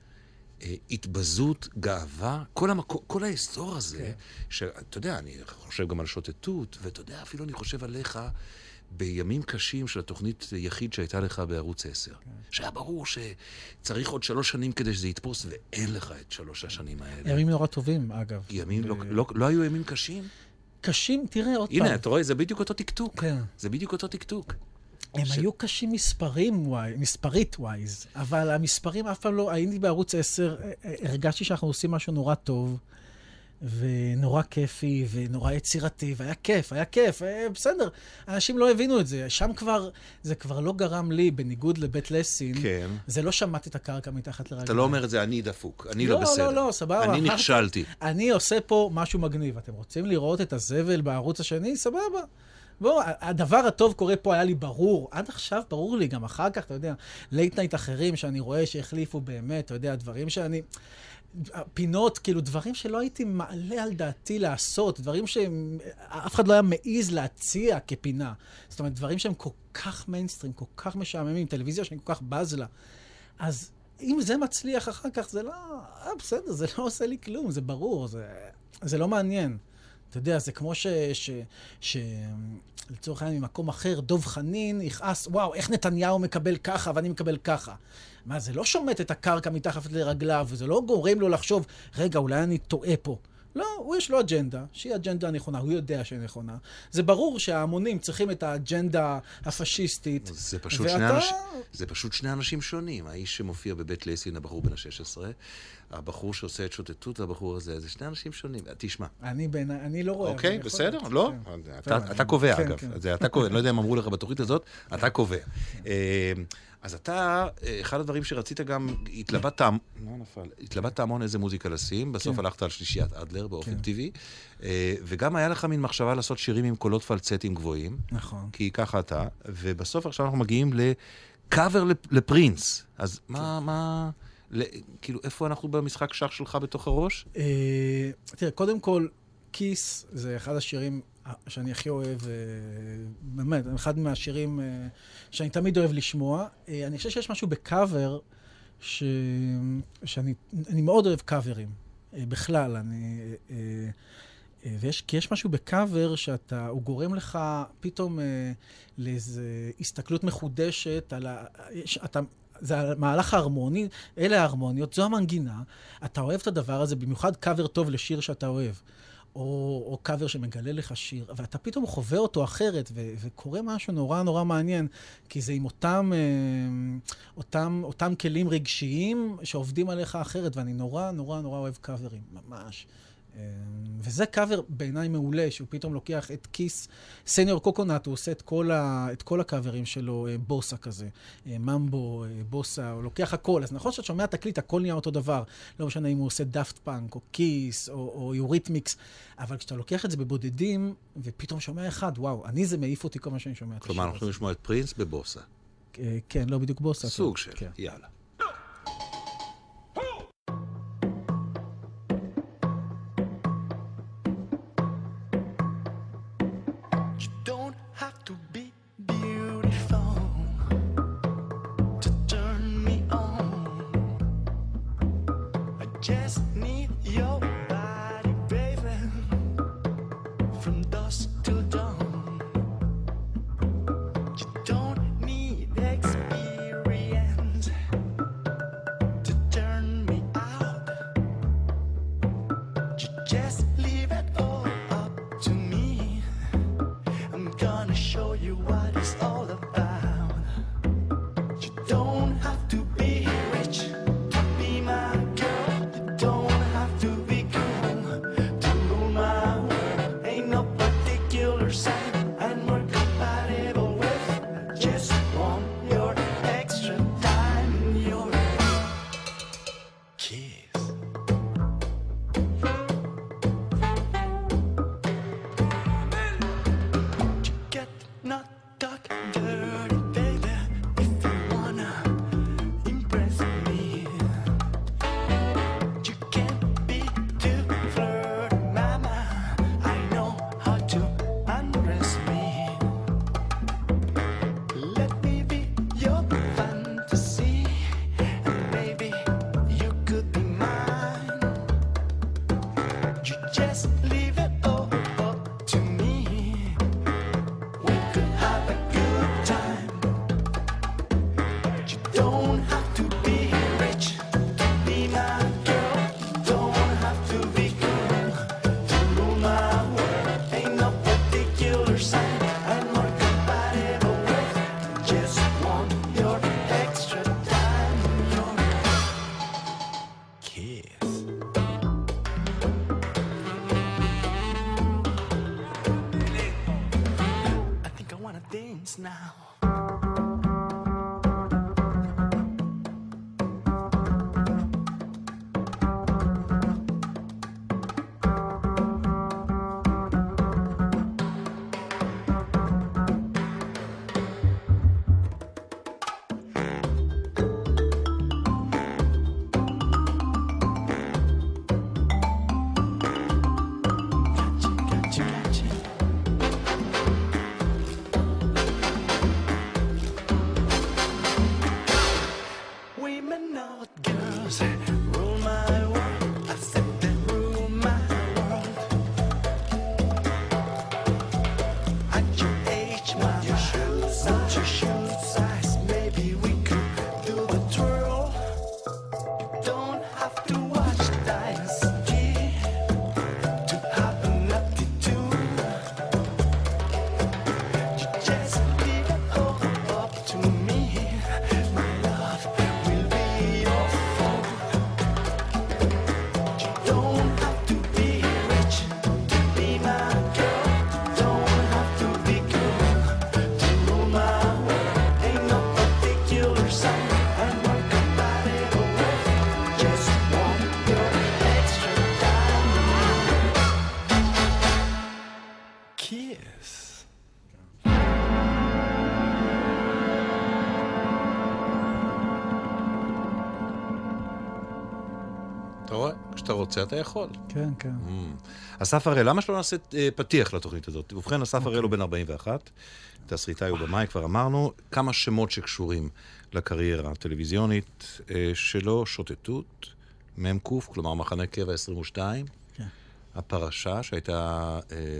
התבזות, גאווה, כל, המקום, כל האזור הזה, okay. שאתה יודע, אני חושב גם על שוטטות, ואתה יודע, אפילו אני חושב עליך בימים קשים של התוכנית יחיד שהייתה לך בערוץ עשר. Okay. שהיה ברור שצריך עוד שלוש שנים כדי שזה יתפוס, ואין לך את שלוש השנים האלה. ימים נורא טובים, אגב. ימים, ו... לא, לא, לא היו ימים קשים? קשים, תראה עוד הנה, פעם. הנה, אתה רואה, זה בדיוק אותו טקטוק. כן. זה בדיוק אותו טקטוק. הם ש... היו קשים מספרים, וואי, מספרית ווייז, אבל המספרים אף פעם לא, הייתי בערוץ עשר, הרגשתי שאנחנו עושים משהו נורא טוב, ונורא כיפי, ונורא יצירתי, והיה כיף, היה כיף, היה, בסדר. אנשים לא הבינו את זה. שם כבר, זה כבר לא גרם לי, בניגוד לבית לסין, כן. זה לא שמעתי את הקרקע מתחת לרגליים. אתה לא אומר את זה, אני דפוק, אני לא, לא בסדר. לא, לא, סבבה. אני נכשלתי. אני עושה פה משהו מגניב. אתם רוצים לראות את הזבל בערוץ השני? סבבה. בוא, הדבר הטוב קורה פה, היה לי ברור. עד עכשיו ברור לי, גם אחר כך, אתה יודע, לייט נייט אחרים שאני רואה שהחליפו באמת, אתה יודע, דברים שאני... פינות, כאילו, דברים שלא הייתי מעלה על דעתי לעשות, דברים שאף אחד לא היה מעיז להציע כפינה. זאת אומרת, דברים שהם כל כך מיינסטרים, כל כך משעממים, טלוויזיה שאני כל כך בז לה. אז אם זה מצליח אחר כך, זה לא... אה, בסדר, זה לא עושה לי כלום, זה ברור, זה, זה לא מעניין. אתה יודע, זה כמו ש... ש, ש לצורך העניין, ממקום אחר, דוב חנין יכעס, וואו, איך נתניהו מקבל ככה ואני מקבל ככה. מה, זה לא שומט את הקרקע מתחת לרגליו, וזה לא גורם לו לחשוב, רגע, אולי אני טועה פה. לא, הוא יש לו אג'נדה, שהיא אג'נדה נכונה, הוא יודע שהיא נכונה. זה ברור שההמונים צריכים את האג'נדה הפשיסטית. זה פשוט, ואתה... שני, אנש... זה פשוט שני אנשים שונים. האיש שמופיע בבית לסין, הבחור בן ה-שש עשרה, הבחור שעושה את שוטטות, הבחור הזה, זה שני אנשים שונים. תשמע. אני, בין... אני לא רואה. אוקיי, בסדר, לא. אתה קובע, אגב. אתה קובע, אני לא יודע אם אמרו לך בתוכנית הזאת, אתה קובע. אז אתה, אחד הדברים שרצית גם, התלבטת, לא נפל, התלבטת המון איזה מוזיקה לשים, בסוף הלכת על שלישיית אדלר באופן טבעי, וגם היה לך מין מחשבה לעשות שירים עם קולות פלצטים גבוהים. נכון. כי ככה אתה, ובסוף עכשיו אנחנו מגיעים לקאבר לפרינס. אז מה, מה, כאילו, איפה אנחנו במשחק שח שלך בתוך הראש? תראה, קודם כל, כיס זה אחד השירים שאני הכי אוהב, באמת, אחד מהשירים שאני תמיד אוהב לשמוע. אני חושב שיש משהו בקאבר, ש... שאני אני מאוד אוהב קאברים, בכלל. אני, ויש, כי יש משהו בקאבר שאתה, הוא גורם לך פתאום לאיזו הסתכלות מחודשת על ה... אתה, זה המהלך ההרמוני, אלה ההרמוניות, זו המנגינה. אתה אוהב את הדבר הזה, במיוחד קאבר טוב לשיר שאתה אוהב. או, או קאבר שמגלה לך שיר, ואתה פתאום חווה אותו אחרת, ו- וקורה משהו נורא נורא מעניין, כי זה עם אותם, אותם, אותם כלים רגשיים שעובדים עליך אחרת, ואני נורא נורא נורא אוהב קאברים, ממש. וזה קאבר בעיניי מעולה, שהוא פתאום לוקח את כיס, סניור קוקונט, הוא עושה את כל, ה, את כל הקאברים שלו, בוסה כזה, ממבו, בוסה, הוא לוקח הכל. אז נכון שאת שומע תקליט, הכל נהיה אותו דבר. לא משנה אם הוא עושה דאפט פאנק, או כיס, או, או יוריתמיקס, אבל כשאתה לוקח את זה בבודדים, ופתאום שומע אחד, וואו, אני זה מעיף אותי כל מה שאני שומע. כלומר, אנחנו נשמע את פרינס בבוסה. כן, לא בדיוק בוסה. סוג של, יאללה. Not talk dirty. wanna dance now. אתה רואה? כשאתה רוצה, אתה יכול. כן, כן. אסף הראל, למה שלא נעשה פתיח לתוכנית הזאת? ובכן, אסף הראל הוא בן ארבעים ואחת, תסריטאי ובמאי, כבר אמרנו, כמה שמות שקשורים לקריירה הטלוויזיונית שלו, שוטטות, מם קוף, כלומר מחנה קבע עשרים ושתיים, הפרשה שהייתה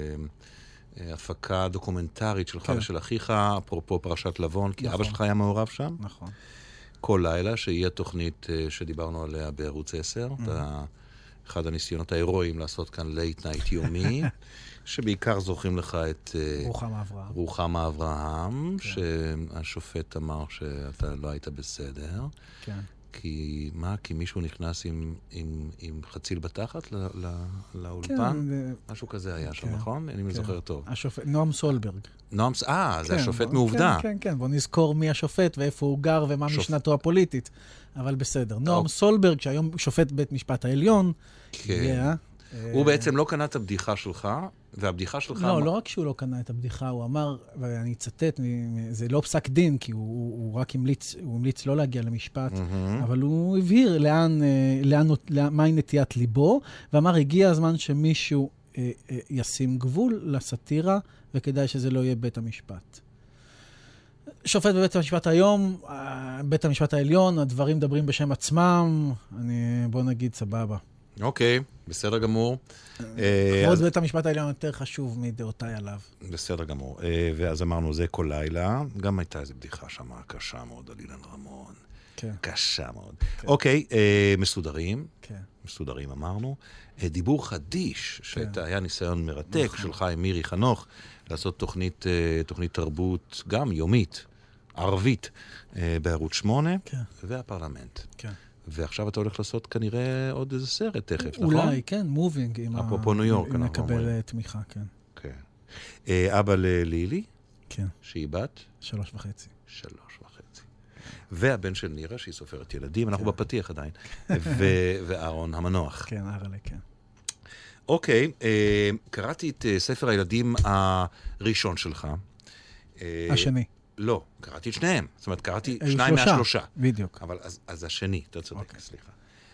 הפקה דוקומנטרית שלך ושל אחיך, אפרופו פרשת לבון, כי אבא שלך היה מעורב שם. נכון. כל לילה, שהיא התוכנית שדיברנו עליה בערוץ עשר, אחד הניסיונות ההירואיים לעשות כאן לייט נייט יומי, שבעיקר זוכרים לך את רוחמה אברהם. רוחמה אברהם, שהשופט אמר שאתה לא היית בסדר. כן. כי מה? כי מישהו נכנס עם, עם, עם חציל בתחת לא, לא, לאולפן? כן. משהו כזה היה שם, כן. נכון? אני כן. זוכר טוב. השופט, נועם סולברג. נועם, אה, כן, זה השופט בוא, מעובדה. כן, כן, כן. בוא נזכור מי השופט ואיפה הוא גר ומה שופ... משנתו הפוליטית. אבל בסדר. נועם אוקיי. סולברג, שהיום שופט בית משפט העליון. כן. Yeah. הוא בעצם לא קנה את הבדיחה שלך, והבדיחה שלך... לא, לא רק שהוא לא קנה את הבדיחה, הוא אמר, ואני אצטט, זה לא פסק דין, כי הוא, הוא רק המליץ, הוא המליץ לא להגיע למשפט, mm-hmm. אבל הוא הבהיר לאן, לאן, לאן, מהי נטיית ליבו, ואמר, הגיע הזמן שמישהו אה, אה, ישים גבול לסאטירה, וכדאי שזה לא יהיה בית המשפט. שופט בבית המשפט היום, בית המשפט העליון, הדברים מדברים בשם עצמם, אני, בוא נגיד, סבבה. אוקיי, בסדר גמור. כבוד בית המשפט העליון יותר חשוב מדעותיי עליו. בסדר גמור. ואז אמרנו, זה כל לילה. גם הייתה איזו בדיחה שם, קשה מאוד, על אילן רמון. כן. קשה מאוד. אוקיי, מסודרים. כן. מסודרים אמרנו. דיבור חדיש, שהיה ניסיון מרתק שלך עם מירי חנוך, לעשות תוכנית תרבות גם יומית, ערבית, בערוץ שמונה, והפרלמנט. כן. ועכשיו אתה הולך לעשות כנראה עוד איזה סרט תכף, נכון? אולי, כן, מובינג. אפרופו ניו יורק. אם נקבל תמיכה, כן. כן. אבא ללילי? כן. שהיא בת? שלוש וחצי. שלוש וחצי. והבן של נירה, שהיא סופרת ילדים, אנחנו בפתיח עדיין. ואהרון המנוח. כן, אהרלה, כן. אוקיי, קראתי את ספר הילדים הראשון שלך. השני. לא, קראתי את שניהם. זאת אומרת, קראתי שניים מהשלושה. בדיוק. אבל אז, אז השני, אתה צודק, סליחה.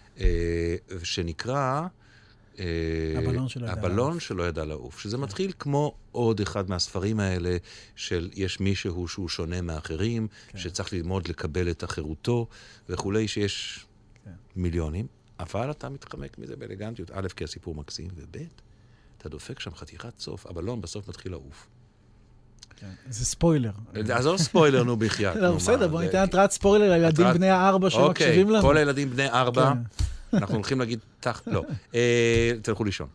שנקרא... הבלון שלא ידע לעוף. הבלון שלא ידע לעוף. שזה מתחיל כמו עוד אחד מהספרים האלה, של יש מישהו שהוא שונה מאחרים, שצריך ללמוד לקבל את החירותו, וכולי, שיש מיליונים. אבל אתה מתחמק מזה באלגנטיות. א', כי הסיפור מקסים, וב', אתה דופק שם חתיכת סוף, הבלון בסוף מתחיל לעוף. זה ספוילר. אז לא ספוילר, נו בחייאת. לא, בסדר, בוא ניתן התראת ספוילר לילדים בני הארבע שמקשיבים לנו. אוקיי, כל הילדים בני ארבע, אנחנו הולכים להגיד תחת, לא, תלכו לישון.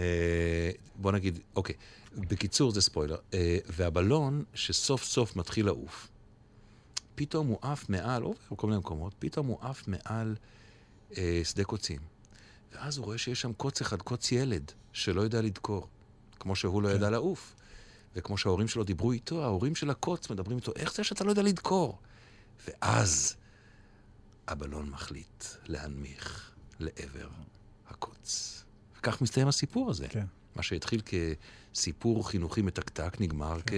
בוא נגיד, אוקיי, בקיצור זה ספוילר, והבלון שסוף סוף מתחיל לעוף, פתאום הוא עף מעל, או בכל מיני מקומות, פתאום הוא עף מעל שדה קוצים. ואז הוא רואה שיש שם קוץ אחד, קוץ ילד, שלא יודע לדקור, כמו שהוא לא ידע לעוף. וכמו שההורים שלו דיברו איתו, ההורים של הקוץ מדברים איתו, איך זה שאתה לא יודע לדקור? ואז הבלון מחליט להנמיך לעבר הקוץ. וכך מסתיים הסיפור הזה. כן. מה שהתחיל כסיפור חינוכי מתקתק, נגמר כן.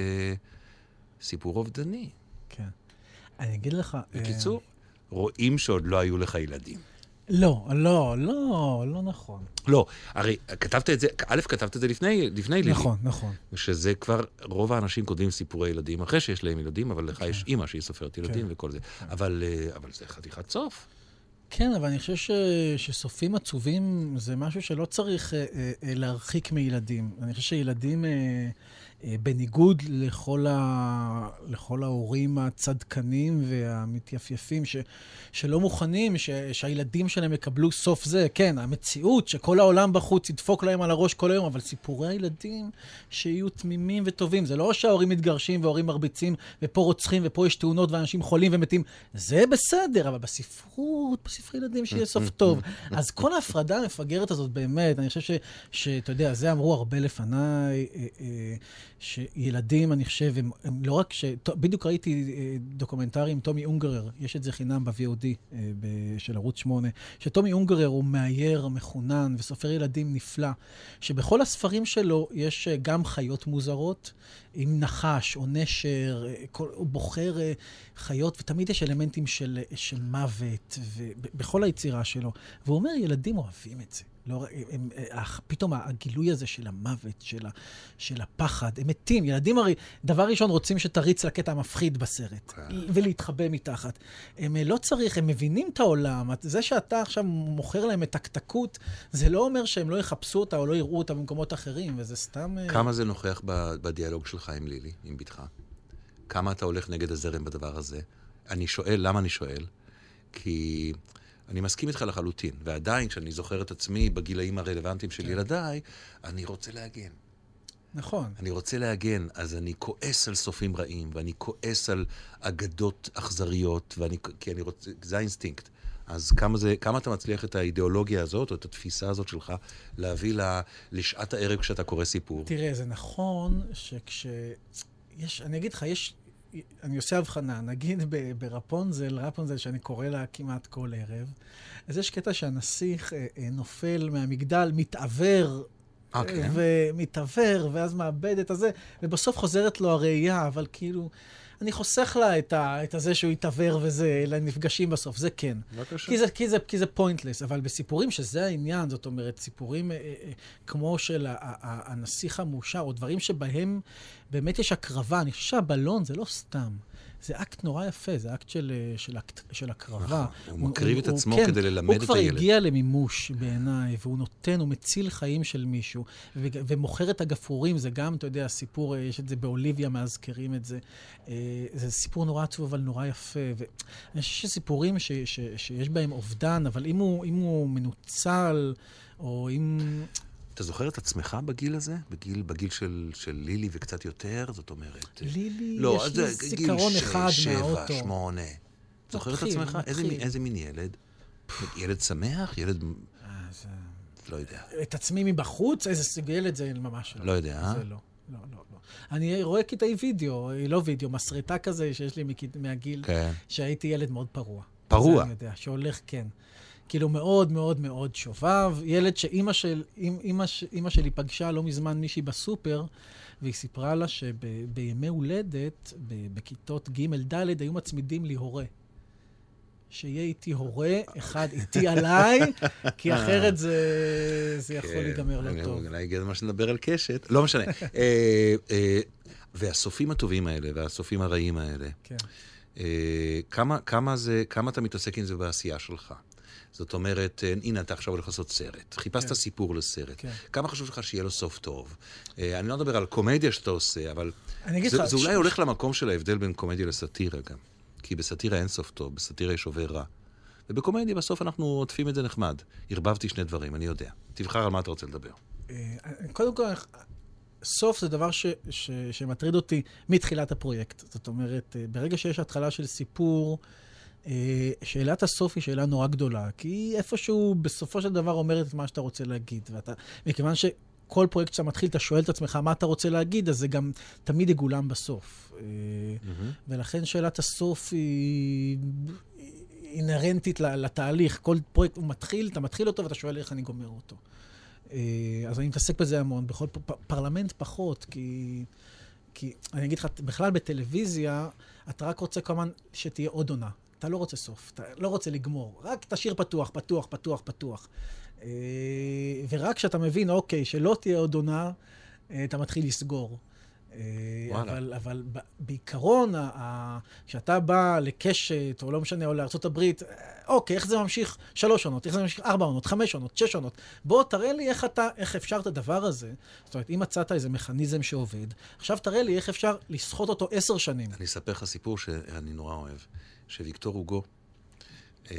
כסיפור אובדני. כן. אני אגיד לך... בקיצור, רואים שעוד לא היו לך ילדים. לא, לא, לא, לא נכון. לא, הרי כתבת את זה, א', כתבת את זה לפני, לפני לילי. נכון, נכון. שזה כבר, רוב האנשים כותבים סיפורי ילדים, אחרי שיש להם ילדים, אבל לך כן. יש אימא שהיא סופרת ילדים כן. וכל זה. כן. אבל, אבל זה חתיכת סוף. כן, אבל אני חושב ש... שסופים עצובים זה משהו שלא צריך אה, אה, להרחיק מילדים. אני חושב שילדים, אה, אה, בניגוד לכל, ה... לכל ההורים הצדקנים והמתייפייפים, ש... שלא מוכנים ש... שהילדים שלהם יקבלו סוף זה. כן, המציאות שכל העולם בחוץ ידפוק להם על הראש כל היום, אבל סיפורי הילדים שיהיו תמימים וטובים. זה לא שההורים מתגרשים וההורים מרביצים, ופה רוצחים ופה יש תאונות ואנשים חולים ומתים. זה בסדר, אבל בספרות, בספרי ילדים שיהיה סוף טוב. אז כל ההפרדה המפגרת הזאת באמת, אני חושב ש, שאתה יודע, זה אמרו הרבה לפניי, שילדים, אני חושב, הם, הם לא רק ש... בדיוק ראיתי דוקומנטרי עם טומי אונגרר, יש את זה חינם ב-וי או די של ערוץ שמונה, שטומי אונגרר הוא מאייר, מחונן וסופר ילדים נפלא, שבכל הספרים שלו יש גם חיות מוזרות, עם נחש או נשר, כל, הוא בוחר חיות, ותמיד יש אלמנטים של, של מוות, בכל היצירה שלו. והוא אומר, ילדים אוהבים את זה. לא, הם, הם, פתאום הגילוי הזה של המוות, של, ה, של הפחד, הם מתים. ילדים הרי, דבר ראשון רוצים שתריץ לקטע המפחיד בסרט, ולהתחבא מתחת. הם לא צריך, הם מבינים את העולם. זה שאתה עכשיו מוכר להם את הקטקות, זה לא אומר שהם לא יחפשו אותה או לא יראו אותה במקומות אחרים, וזה סתם... כמה זה נוכח בדיאלוג שלך עם לילי, עם בתך? כמה אתה הולך נגד הזרם בדבר הזה? אני שואל, למה אני שואל? כי אני מסכים איתך לחלוטין, ועדיין כשאני זוכר את עצמי בגילאים הרלוונטיים של ילדיי, אני רוצה להגן. נכון. אני רוצה להגן, אז אני כועס על סופים רעים, ואני כועס על אגדות אכזריות, ואני, כי אני רוצה, זה האינסטינקט. אז כמה, זה, כמה אתה מצליח את האידיאולוגיה הזאת, או את התפיסה הזאת שלך, להביא לשעת הערב כשאתה קורא סיפור? תראה, זה נכון שכש... יש, אני אגיד לך, יש... אני עושה הבחנה, נגיד ברפונזל, רפונזל שאני קורא לה כמעט כל ערב, אז יש קטע שהנסיך נופל מהמגדל, מתעבר, okay. ומתעבר, ואז מאבד את הזה, ובסוף חוזרת לו הראייה, אבל כאילו, אני חוסך לה את, ה, את הזה שהוא יתעבר וזה, אלא נפגשים בסוף, זה כן. כי זה, כי זה, כי זה pointless, אבל בסיפורים שזה העניין, זאת אומרת, סיפורים אה, אה, כמו של ה, ה, ה, הנסיך המאושר, או דברים שבהם באמת יש הקרבה, אני חושב שהבלון זה לא סתם. זה אקט נורא יפה, זה אקט של, של, של הקרבה. הוא, הוא מקריב את עצמו כן, כדי ללמד את הילד. הוא כבר הגיע למימוש בעיניי, והוא נותן, הוא מציל חיים של מישהו, ו, ומוכר את הגפרורים, זה גם, אתה יודע, סיפור, יש את זה באוליביה, מאזכרים את זה. זה סיפור נורא עצוב, אבל נורא יפה. ואני חושב שסיפורים ש, ש, שיש בהם אובדן, אבל אם הוא, אם הוא מנוצל, או אם... אתה זוכר את עצמך בגיל הזה? בגיל, בגיל של, של לילי וקצת יותר? זאת אומרת... לילי, לא, יש לי זיכרון אחד מהאוטו. שבע, שמונה. זוכר את עצמך? איזה, איזה מין ילד? ילד שמח? ילד... זה... לא יודע. את עצמי מבחוץ? איזה סוג ילד זה ממש לא. לא יודע, אה? זה לא. לא, לא, לא. אני רואה קטעי וידאו, לא וידאו, מסרטה כזה שיש לי מהגיל, כן. שהייתי ילד מאוד פרוע. פרוע? זה אני יודע, שהולך, כן. כאילו מאוד מאוד מאוד שובב, ילד שאימא של, אימא, אימא שלי פגשה לא מזמן מישהי בסופר, והיא סיפרה לה שבימי הולדת, בכיתות ג' ד' היו מצמידים לי הורה. שיהיה איתי הורה, אחד איתי עליי, כי אחרת זה, זה יכול להיגמר לא טוב. אולי הגיע מה שנדבר על קשת, לא משנה. והסופים הטובים האלה, והסופים הרעים האלה, כמה אתה מתעסק עם זה בעשייה שלך? זאת אומרת, הנה, אתה עכשיו הולך לעשות סרט. חיפשת סיפור לסרט. כמה חשוב לך שיהיה לו סוף טוב? אני לא מדבר על קומדיה שאתה עושה, אבל זה אולי הולך למקום של ההבדל בין קומדיה לסאטירה גם. כי בסאטירה אין סוף טוב, בסאטירה יש עובר רע. ובקומדיה בסוף אנחנו עוטפים את זה נחמד. הרבבתי שני דברים, אני יודע. תבחר על מה אתה רוצה לדבר. קודם כל, סוף זה דבר ש, ש, שמטריד אותי מתחילת הפרויקט. זאת אומרת, ברגע שיש התחלה של סיפור, שאלת הסוף היא שאלה נורא גדולה, כי היא איפשהו בסופו של דבר אומרת את מה שאתה רוצה להגיד. ואתה, מכיוון ש... כל פרויקט שאתה מתחיל, אתה שואל את עצמך מה אתה רוצה להגיד, אז זה גם תמיד יגולם בסוף. ולכן שאלת הסוף היא אינרנטית לתהליך. כל פרויקט הוא מתחיל, אתה מתחיל אותו ואתה שואל איך אני גומר אותו. אז אני מתעסק בזה המון. בכל פרלמנט פחות, כי... כי אני אגיד לך, בכלל בטלוויזיה, אתה רק רוצה כמובן שתהיה עוד עונה. אתה לא רוצה סוף, אתה לא רוצה לגמור. רק תשאיר פתוח, פתוח, פתוח, פתוח. ורק כשאתה מבין, אוקיי, שלא תהיה עוד עונה, אתה מתחיל לסגור. אבל, אבל בעיקרון, כשאתה בא לקשת, או לא משנה, או לארצות הברית, אוקיי, איך זה ממשיך שלוש עונות, איך זה ממשיך ארבע עונות, חמש עונות, שש עונות. בוא, תראה לי איך אתה, איך אפשר את הדבר הזה. זאת אומרת, אם מצאת איזה מכניזם שעובד, עכשיו תראה לי איך אפשר לסחוט אותו עשר שנים. אני אספר לך סיפור שאני נורא אוהב, שוויקטור הוגו, אה,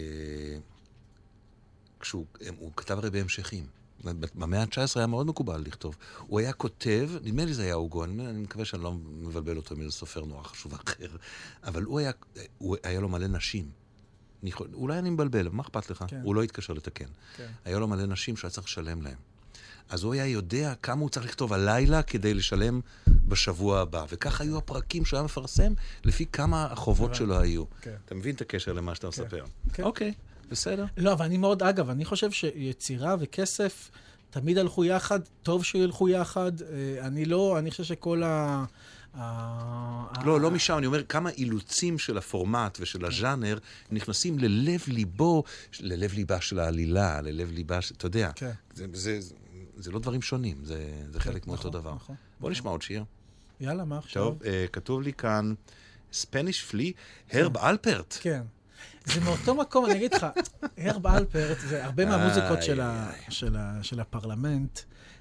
כשהוא הוא כתב הרי בהמשכים. במאה ה-תשע עשרה היה מאוד מקובל לכתוב. הוא היה כותב, נדמה לי זה היה הוגו, אני, אני מקווה שאני לא מבלבל אותו מאיזה סופר נורא חשוב אחר, אבל הוא היה, הוא, היה לו מלא נשים. אני, אולי אני מבלבל, מה אכפת לך? כן. הוא לא התקשר לתקן. כן. היה לו מלא נשים שהיה צריך לשלם להם. אז הוא היה יודע כמה הוא צריך לכתוב הלילה כדי לשלם בשבוע הבא. וכך היו הפרקים שהוא היה מפרסם לפי כמה החובות שלו היו. כן. אתה מבין את הקשר למה שאתה כן. מספר? כן. אוקיי. בסדר. לא, אבל אני מאוד, אגב, אני חושב שיצירה וכסף תמיד הלכו יחד, טוב שילכו יחד. אני לא, אני חושב שכל ה... לא, לא משם, אני אומר, כמה אילוצים של הפורמט ושל הז'אנר נכנסים ללב ליבו, ללב ליבה של העלילה, ללב ליבה, אתה יודע. זה לא דברים שונים, זה חלק מאותו דבר. בוא נשמע עוד שיר. יאללה, מה עכשיו? טוב, כתוב לי כאן, Spanish Flea, הרב אלפרט. כן. זה מאותו מקום, אני אגיד לך, הרב אלפרט, זה הרבה מהמוזיקות של הפרלמנט.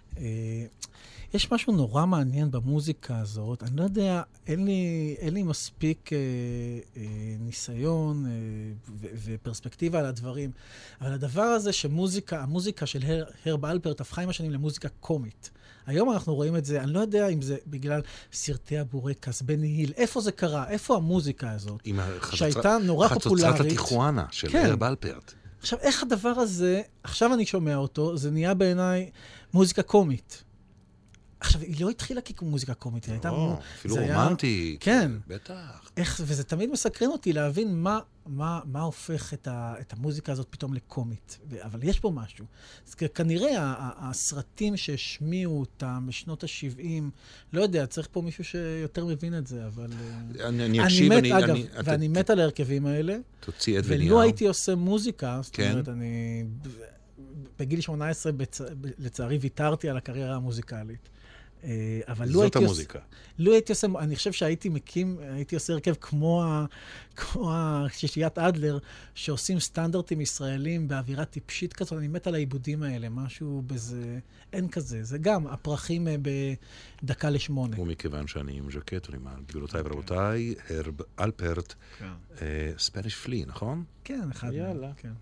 יש משהו נורא מעניין במוזיקה הזאת. אני לא יודע, אין לי, אין לי מספיק ניסיון ופרספקטיבה על הדברים, אבל הדבר הזה שמוזיקה, המוזיקה של הרב אלפרט הפכה עם השנים למוזיקה קומית. היום אנחנו רואים את זה, אני לא יודע אם זה בגלל סרטי הבורקס, בני היל, איפה זה קרה? איפה המוזיקה הזאת? שהייתה נורא פופולרית. חצוצרת הטיחואנה של כן. הרב אלפרט. עכשיו, איך הדבר הזה, עכשיו אני שומע אותו, זה נהיה בעיניי מוזיקה קומית. עכשיו, היא לא התחילה כמוזיקה קומית, היא הייתה... אפילו רומנטית. כן. בטח. איך, וזה תמיד מסקרן אותי להבין מה, מה, מה הופך את, ה, את המוזיקה הזאת פתאום לקומית. אבל יש פה משהו. אז כנראה הסרטים שהשמיעו אותם בשנות ה-שבעים, לא יודע, צריך פה מישהו שיותר מבין את זה, אבל... אני, אני אקשיב, אני... אגב, אני, ואני מת על ההרכבים האלה. תוציא את ונייר. ולא הייתי עושה מוזיקה, זאת אומרת, אני... בגיל שמונה עשרה, לצערי, ויתרתי על הקריירה המוזיקלית. אבל זאת המוזיקה. לא הייתי עושה, אני חושב שהייתי מקים, הייתי עושה הרכב כמו השישיית אדלר, שעושים סטנדרטים ישראלים באווירה טיפשית כזאת, אני מת על העיבודים האלה, משהו בזה, אין כזה, זה גם הפרחים בדקה לשמונה. ומכיוון שאני עם ז'קט, אני מעל גבירותיי ורבותיי, הרב אלפרט, ספניש פלי, נכון? כן, אחד. יאללה. כן.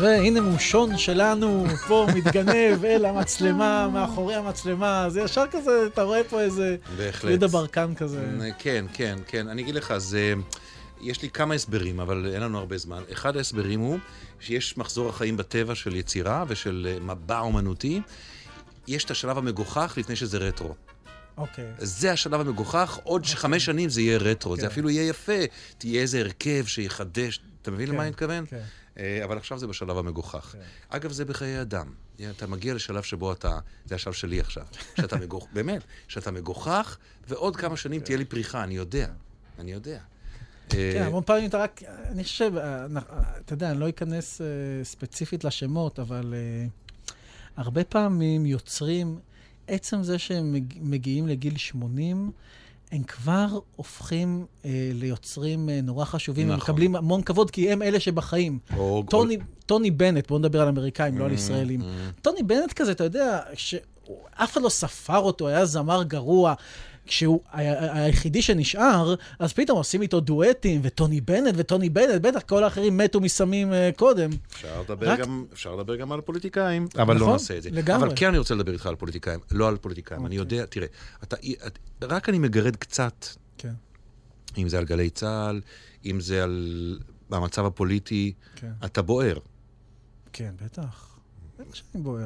והנה מושון שלנו פה מתגנב אל המצלמה, מאחורי המצלמה, זה ישר כזה, אתה רואה פה איזה יהודה ברקן כזה. כן, כן, כן. אני אגיד לך, זה... יש לי כמה הסברים, אבל אין לנו הרבה זמן. אחד ההסברים הוא שיש מחזור החיים בטבע של יצירה ושל מבע אומנותי. יש את השלב המגוחך לפני שזה רטרו. אוקיי. זה השלב המגוחך, עוד okay. חמש שנים זה יהיה רטרו, okay. זה אפילו יהיה יפה, תהיה איזה הרכב שיחדש, אתה מבין okay. למה אני מתכוון? Okay. אבל עכשיו זה בשלב המגוחך. Okay. אגב, זה בחיי אדם. אתה מגיע לשלב שבו אתה, זה השלב שלי עכשיו, שאתה מגוחך, באמת, שאתה מגוחך, ועוד כמה שנים okay. תהיה לי פריחה, אני יודע, אני יודע. כן, המון פעמים אתה רק, אני חושב, אתה יודע, אני לא אכנס ספציפית לשמות, אבל הרבה פעמים יוצרים, עצם זה שהם מגיעים לגיל שמונים, הם כבר הופכים אה, ליוצרים אה, נורא חשובים, נכון. הם מקבלים המון כבוד, כי הם אלה שבחיים. או, טוני, או... טוני בנט, בואו נדבר על אמריקאים, mm, לא על ישראלים. Mm. טוני בנט כזה, אתה יודע, שאף אחד לא ספר אותו, היה זמר גרוע, כשהוא היחידי שנשאר, אז פתאום עושים איתו דואטים, וטוני בנט וטוני בנט, בטח כל האחרים מתו מסמים uh, קודם. אפשר לדבר, רק... גם, אפשר לדבר גם על פוליטיקאים, אבל נכון, לא נעשה את זה. לגמרי. אבל כן אני רוצה לדבר איתך על פוליטיקאים, לא על פוליטיקאים. Okay. אני יודע, תראה, אתה, את, רק אני מגרד קצת, okay. אם זה על גלי צהל, אם זה על המצב הפוליטי, okay. אתה בוער. כן, בטח. בטח שאני בוער.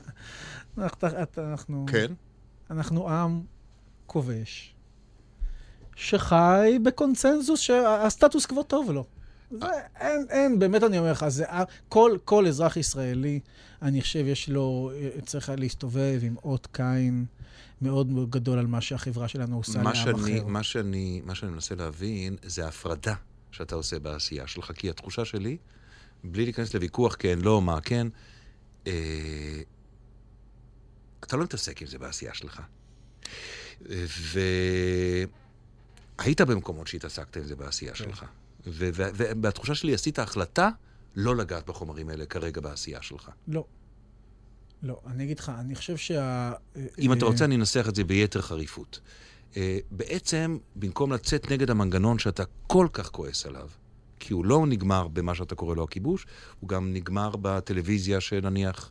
אנחנו... כן? אנחנו עם... כובש, שחי בקונצנזוס שהסטטוס כבר טוב לו. זה, אין, אין, באמת אני אומר לך, זה, כל, כל אזרח ישראלי, אני חושב, יש לו, צריך להסתובב עם אות קין מאוד מאוד גדול על מה שהחברה שלנו עושה לעם אחר. מה שאני, מה שאני מנסה להבין, זה ההפרדה שאתה עושה בעשייה שלך, כי התחושה שלי, בלי להיכנס לוויכוח כן, לא, מה כן, אה, אתה לא מתעסק עם זה בעשייה שלך. והיית במקומות שהתעסקת עם זה בעשייה שלך. ובתחושה שלי עשית החלטה לא לגעת בחומרים האלה כרגע בעשייה שלך. לא. לא, אני אגיד לך, אני חושב שה... אם אתה רוצה, אני אנסח את זה ביתר חריפות. בעצם, במקום לצאת נגד המנגנון שאתה כל כך כועס עליו, כי הוא לא נגמר במה שאתה קורא לו הכיבוש, הוא גם נגמר בטלוויזיה שנניח...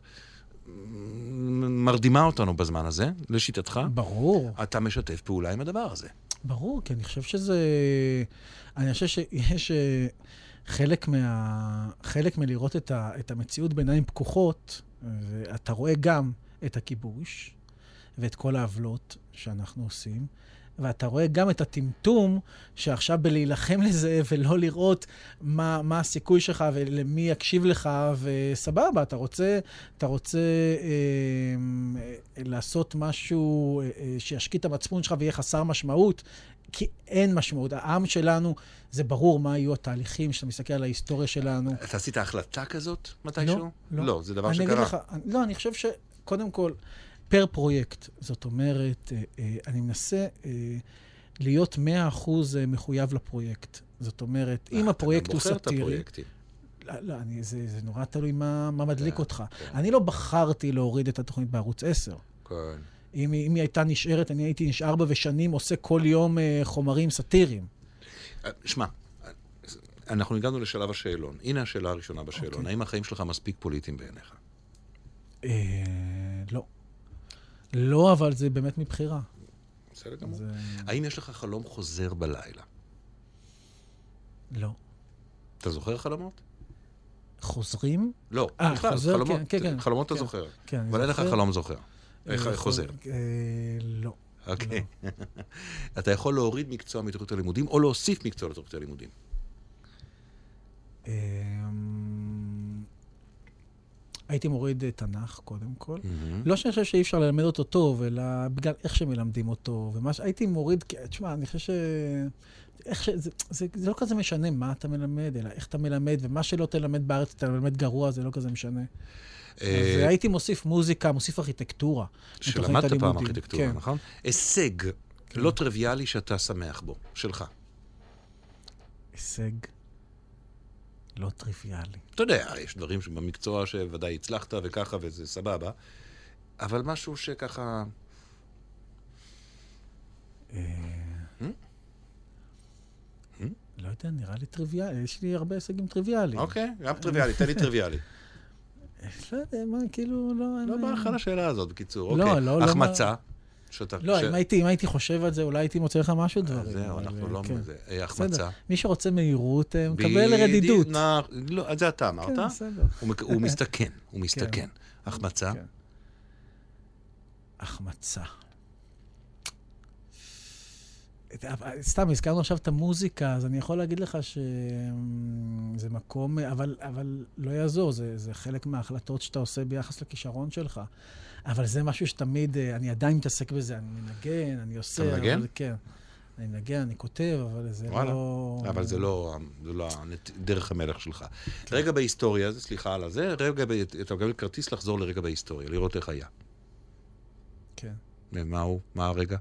מרדימה אותנו בזמן הזה, לשיטתך. ברור. אתה משתף פעולה עם הדבר הזה. ברור, כי אני חושב שזה... אני חושב שיש חלק מה... חלק מלראות את, ה... את המציאות בעיניים פקוחות, ואתה רואה גם את הכיבוש, ואת כל העוולות שאנחנו עושים, ואתה רואה גם את הטמטום שעכשיו בלהילחם לזה ולא לראות מה, מה הסיכוי שלך ולמי יקשיב לך, וסבבה, אתה רוצה, אתה רוצה אה, לעשות משהו אה, שישקיט את המצפון שלך ויהיה חסר משמעות, כי אין משמעות. העם שלנו, זה ברור מה יהיו התהליכים שאתה מסתכל על ההיסטוריה שלנו. אתה עשית החלטה כזאת מתישהו? לא, לא. לא, זה דבר אני שקרה. לך, לא, אני חושב שקודם כל, פר פרויקט, זאת אומרת, אני מנסה להיות מאה אחוז מחויב לפרויקט. זאת אומרת, אם הפרויקט הוא סאטירי... לא, לא, זה נורא תלוי מה מדליק אותך. אני לא בחרתי להוריד את התוכנית בערוץ עשר. כן. אם היא הייתה נשארת, אני הייתי נשאר בה ושנים עושה כל יום חומרים סאטיריים. שמע, אנחנו הגענו לשלב השאלון. הנה השאלה הראשונה בשאלון. האם החיים שלך מספיק פוליטיים בעיניך? לא. לא, אבל זה באמת מבחירה. בסדר גמור. זה... האם יש לך חלום חוזר בלילה? לא. אתה זוכר חלומות? חוזרים? לא, 아, בכלל, חוזר, חלומות, כן, כן, חלומות כן, אתה זוכר. כן, אבל אין לך חלום זוכר. איך חוזר? אה, לא. אוקיי. לא. אתה יכול להוריד מקצוע מתוכנית הלימודים, או להוסיף מקצוע לתוכנית הלימודים? הייתי מוריד תנ"ך, קודם כל. לא שאני חושב שאי אפשר ללמד אותו טוב, אלא בגלל איך שמלמדים אותו, ומה שהייתי מוריד, תשמע, אני חושב ש... איך ש... זה, זה, זה לא כזה משנה מה אתה מלמד, אלא איך אתה מלמד, ומה שלא תלמד בארץ, אתה מלמד גרוע, זה לא כזה משנה. אז הייתי מוסיף מוזיקה, מוסיף ארכיטקטורה. שלמדת פעם ארכיטקטורה, נכון? הישג לא טריוויאלי שאתה שמח בו, שלך. הישג לא טריוויאלי. אתה יודע, יש דברים במקצוע שוודאי הצלחת וככה וזה סבבה, אבל משהו שככה... לא יודע, נראה לי טריוויאלי. יש לי הרבה הישגים טריוויאליים. אוקיי, גם טריוויאלי, תן לי טריוויאלי. לא יודע, מה, כאילו, לא... לא בא לך לשאלה הזאת, בקיצור. לא, אוקיי. לא, לא. החמצה. לא, אם הייתי, אם הייתי חושב על זה, אולי הייתי מוצא לך משהו דברים. זהו, אנחנו לא... כן. החמצה. בסדר. מי שרוצה מהירות, מקבל רדידות. לא, זה אתה אמרת. כן, בסדר. הוא מסתכן, הוא מסתכן. החמצה. החמצה. סתם, הזכרנו עכשיו את המוזיקה, אז אני יכול להגיד לך שזה מקום, אבל, אבל לא יעזור, זה, זה חלק מההחלטות שאתה עושה ביחס לכישרון שלך. אבל זה משהו שתמיד, אני עדיין מתעסק בזה, אני מנגן, אני עושה... אתה מנגן? אבל, כן. אני מנגן, אני כותב, אבל זה וואלה. לא... אבל זה לא, זה לא דרך המלך שלך. כן. רגע בהיסטוריה, סליחה על זה, רגע, אתה מקבל כרטיס לחזור לרגע בהיסטוריה, לראות איך היה. כן. ומה הוא? מה הרגע?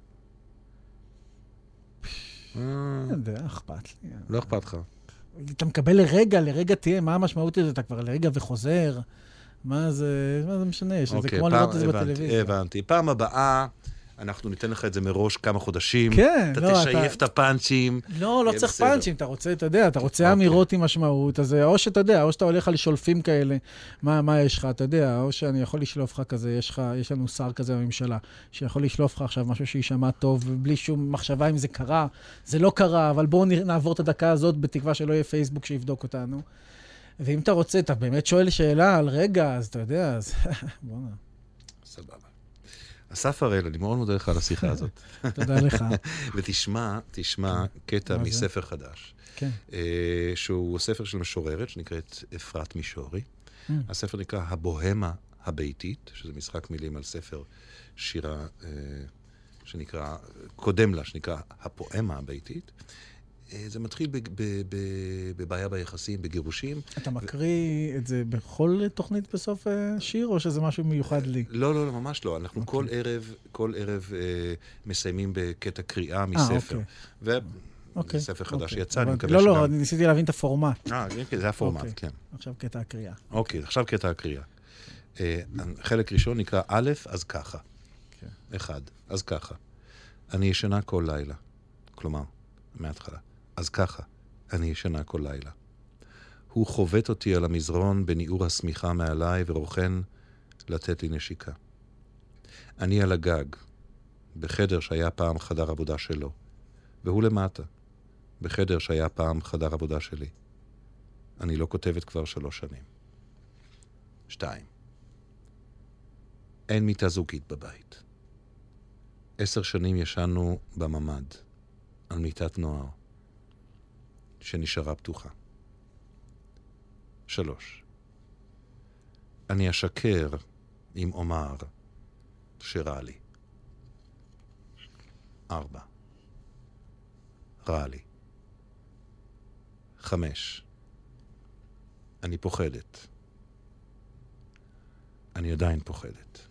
לא יודע, אכפת לי. לא אכפת לך. אתה מקבל לרגע, לרגע תהיה, מה המשמעות הזה? אתה כבר לרגע וחוזר? מה זה, מה זה משנה? זה כמו לראות את זה בטלוויזיה. הבנתי. פעם הבאה, אנחנו ניתן לך את זה מראש כמה חודשים. כן, לא, אתה תשייף את הפאנצ'ים. לא, לא צריך פאנצ'ים, אתה רוצה, אתה יודע, אתה רוצה אמירות עם משמעות, אז או שאתה יודע, או שאתה הולך על שולפים כאלה, מה יש לך, אתה יודע, או שאני יכול לשלוף לך כזה, יש לנו שר כזה בממשלה, שיכול לשלוף לך עכשיו משהו שישמע טוב, בלי שום מחשבה אם זה קרה, זה לא קרה, אבל בואו נעבור את הדקה הזאת, בתקווה שלא יהיה פייסבוק שיבדוק אותנו. ואם אתה רוצה, אתה באמת שואל שאלה על רגע, אז אתה יודע, אז בוא נע. סבבה. אסף הראל, אני מאוד מודה לך על השיחה הזאת. תודה לך. ותשמע, תשמע קטע מספר חדש. כן. שהוא ספר של משוררת, שנקראת אפרת מישורי. הספר נקרא הבוהמה הביתית, שזה משחק מילים על ספר שירה שנקרא, קודם לה, שנקרא הפואמה הביתית. זה מתחיל בבעיה ביחסים, בגירושים. אתה מקריא את זה בכל תוכנית בסוף שיר, או שזה משהו מיוחד לי? לא, לא, ממש לא. אנחנו כל ערב, כל ערב מסיימים בקטע קריאה מספר. וזה ספר חדש שיצא, אני מקווה שגם... לא, לא, אני ניסיתי להבין את הפורמט. אה, זה הפורמט, כן. עכשיו קטע הקריאה. אוקיי, עכשיו קטע הקריאה. חלק ראשון נקרא א', אז ככה. אחד, אז ככה. אני ישנה כל לילה. כלומר, מההתחלה. אז ככה, אני ישנה כל לילה. הוא חובט אותי על המזרון בניעור הסמיכה מעליי ורוכן לתת לי נשיקה. אני על הגג, בחדר שהיה פעם חדר עבודה שלו, והוא למטה, בחדר שהיה פעם חדר עבודה שלי. אני לא כותבת כבר שלוש שנים. שתיים. אין מיטה זוגית בבית. עשר שנים ישנו בממד, על מיטת נוער, שנשארה פתוחה. שלוש. אני אשקר אם אומר שרע לי. ארבע. רע לי. חמש. אני פוחדת. אני עדיין פוחדת.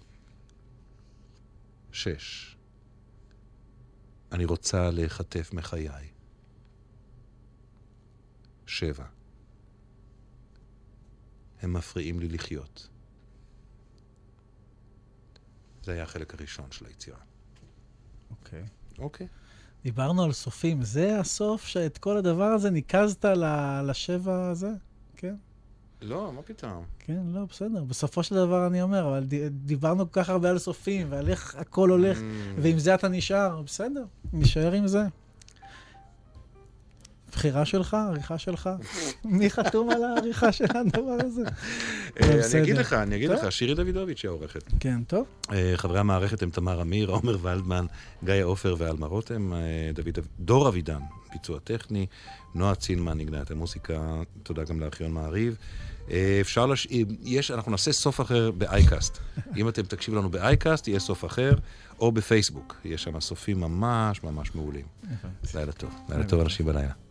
שש. אני רוצה להיחטף מחיי. שבע. הם מפריעים לי לחיות. זה היה החלק הראשון של היצירה. אוקיי. אוקיי. דיברנו על סופים. זה הסוף שאת כל הדבר הזה ניקזת לשבע הזה? כן. לא, מה פתאום? כן, לא, בסדר. בסופו של דבר אני אומר, אבל דיברנו כל כך הרבה על סופים, ועל איך הכל הולך, ועם זה אתה נשאר. בסדר, נשאר עם זה. בחירה שלך, עריכה שלך. מי חתום על העריכה של הדבר הזה? אני אגיד לך, אני אגיד לך, שירי דוידוביץ' היא העורכת. כן, טוב. חברי המערכת הם תמר אמיר, עומר ולדמן, גיא עופר ואלמה רותם, דור אבידן, ביצוע טכני, נועה צינמן, נגנה את המוסיקה, תודה גם לארכיון מעריב. אפשר לש... יש, אנחנו נעשה סוף אחר באייקאסט. אם אתם תקשיבו לנו באייקאסט, יהיה סוף אחר, או בפייסבוק. יש שם סופים ממש ממש מעולים. לילה טוב. לילה טוב אנשים בלילה.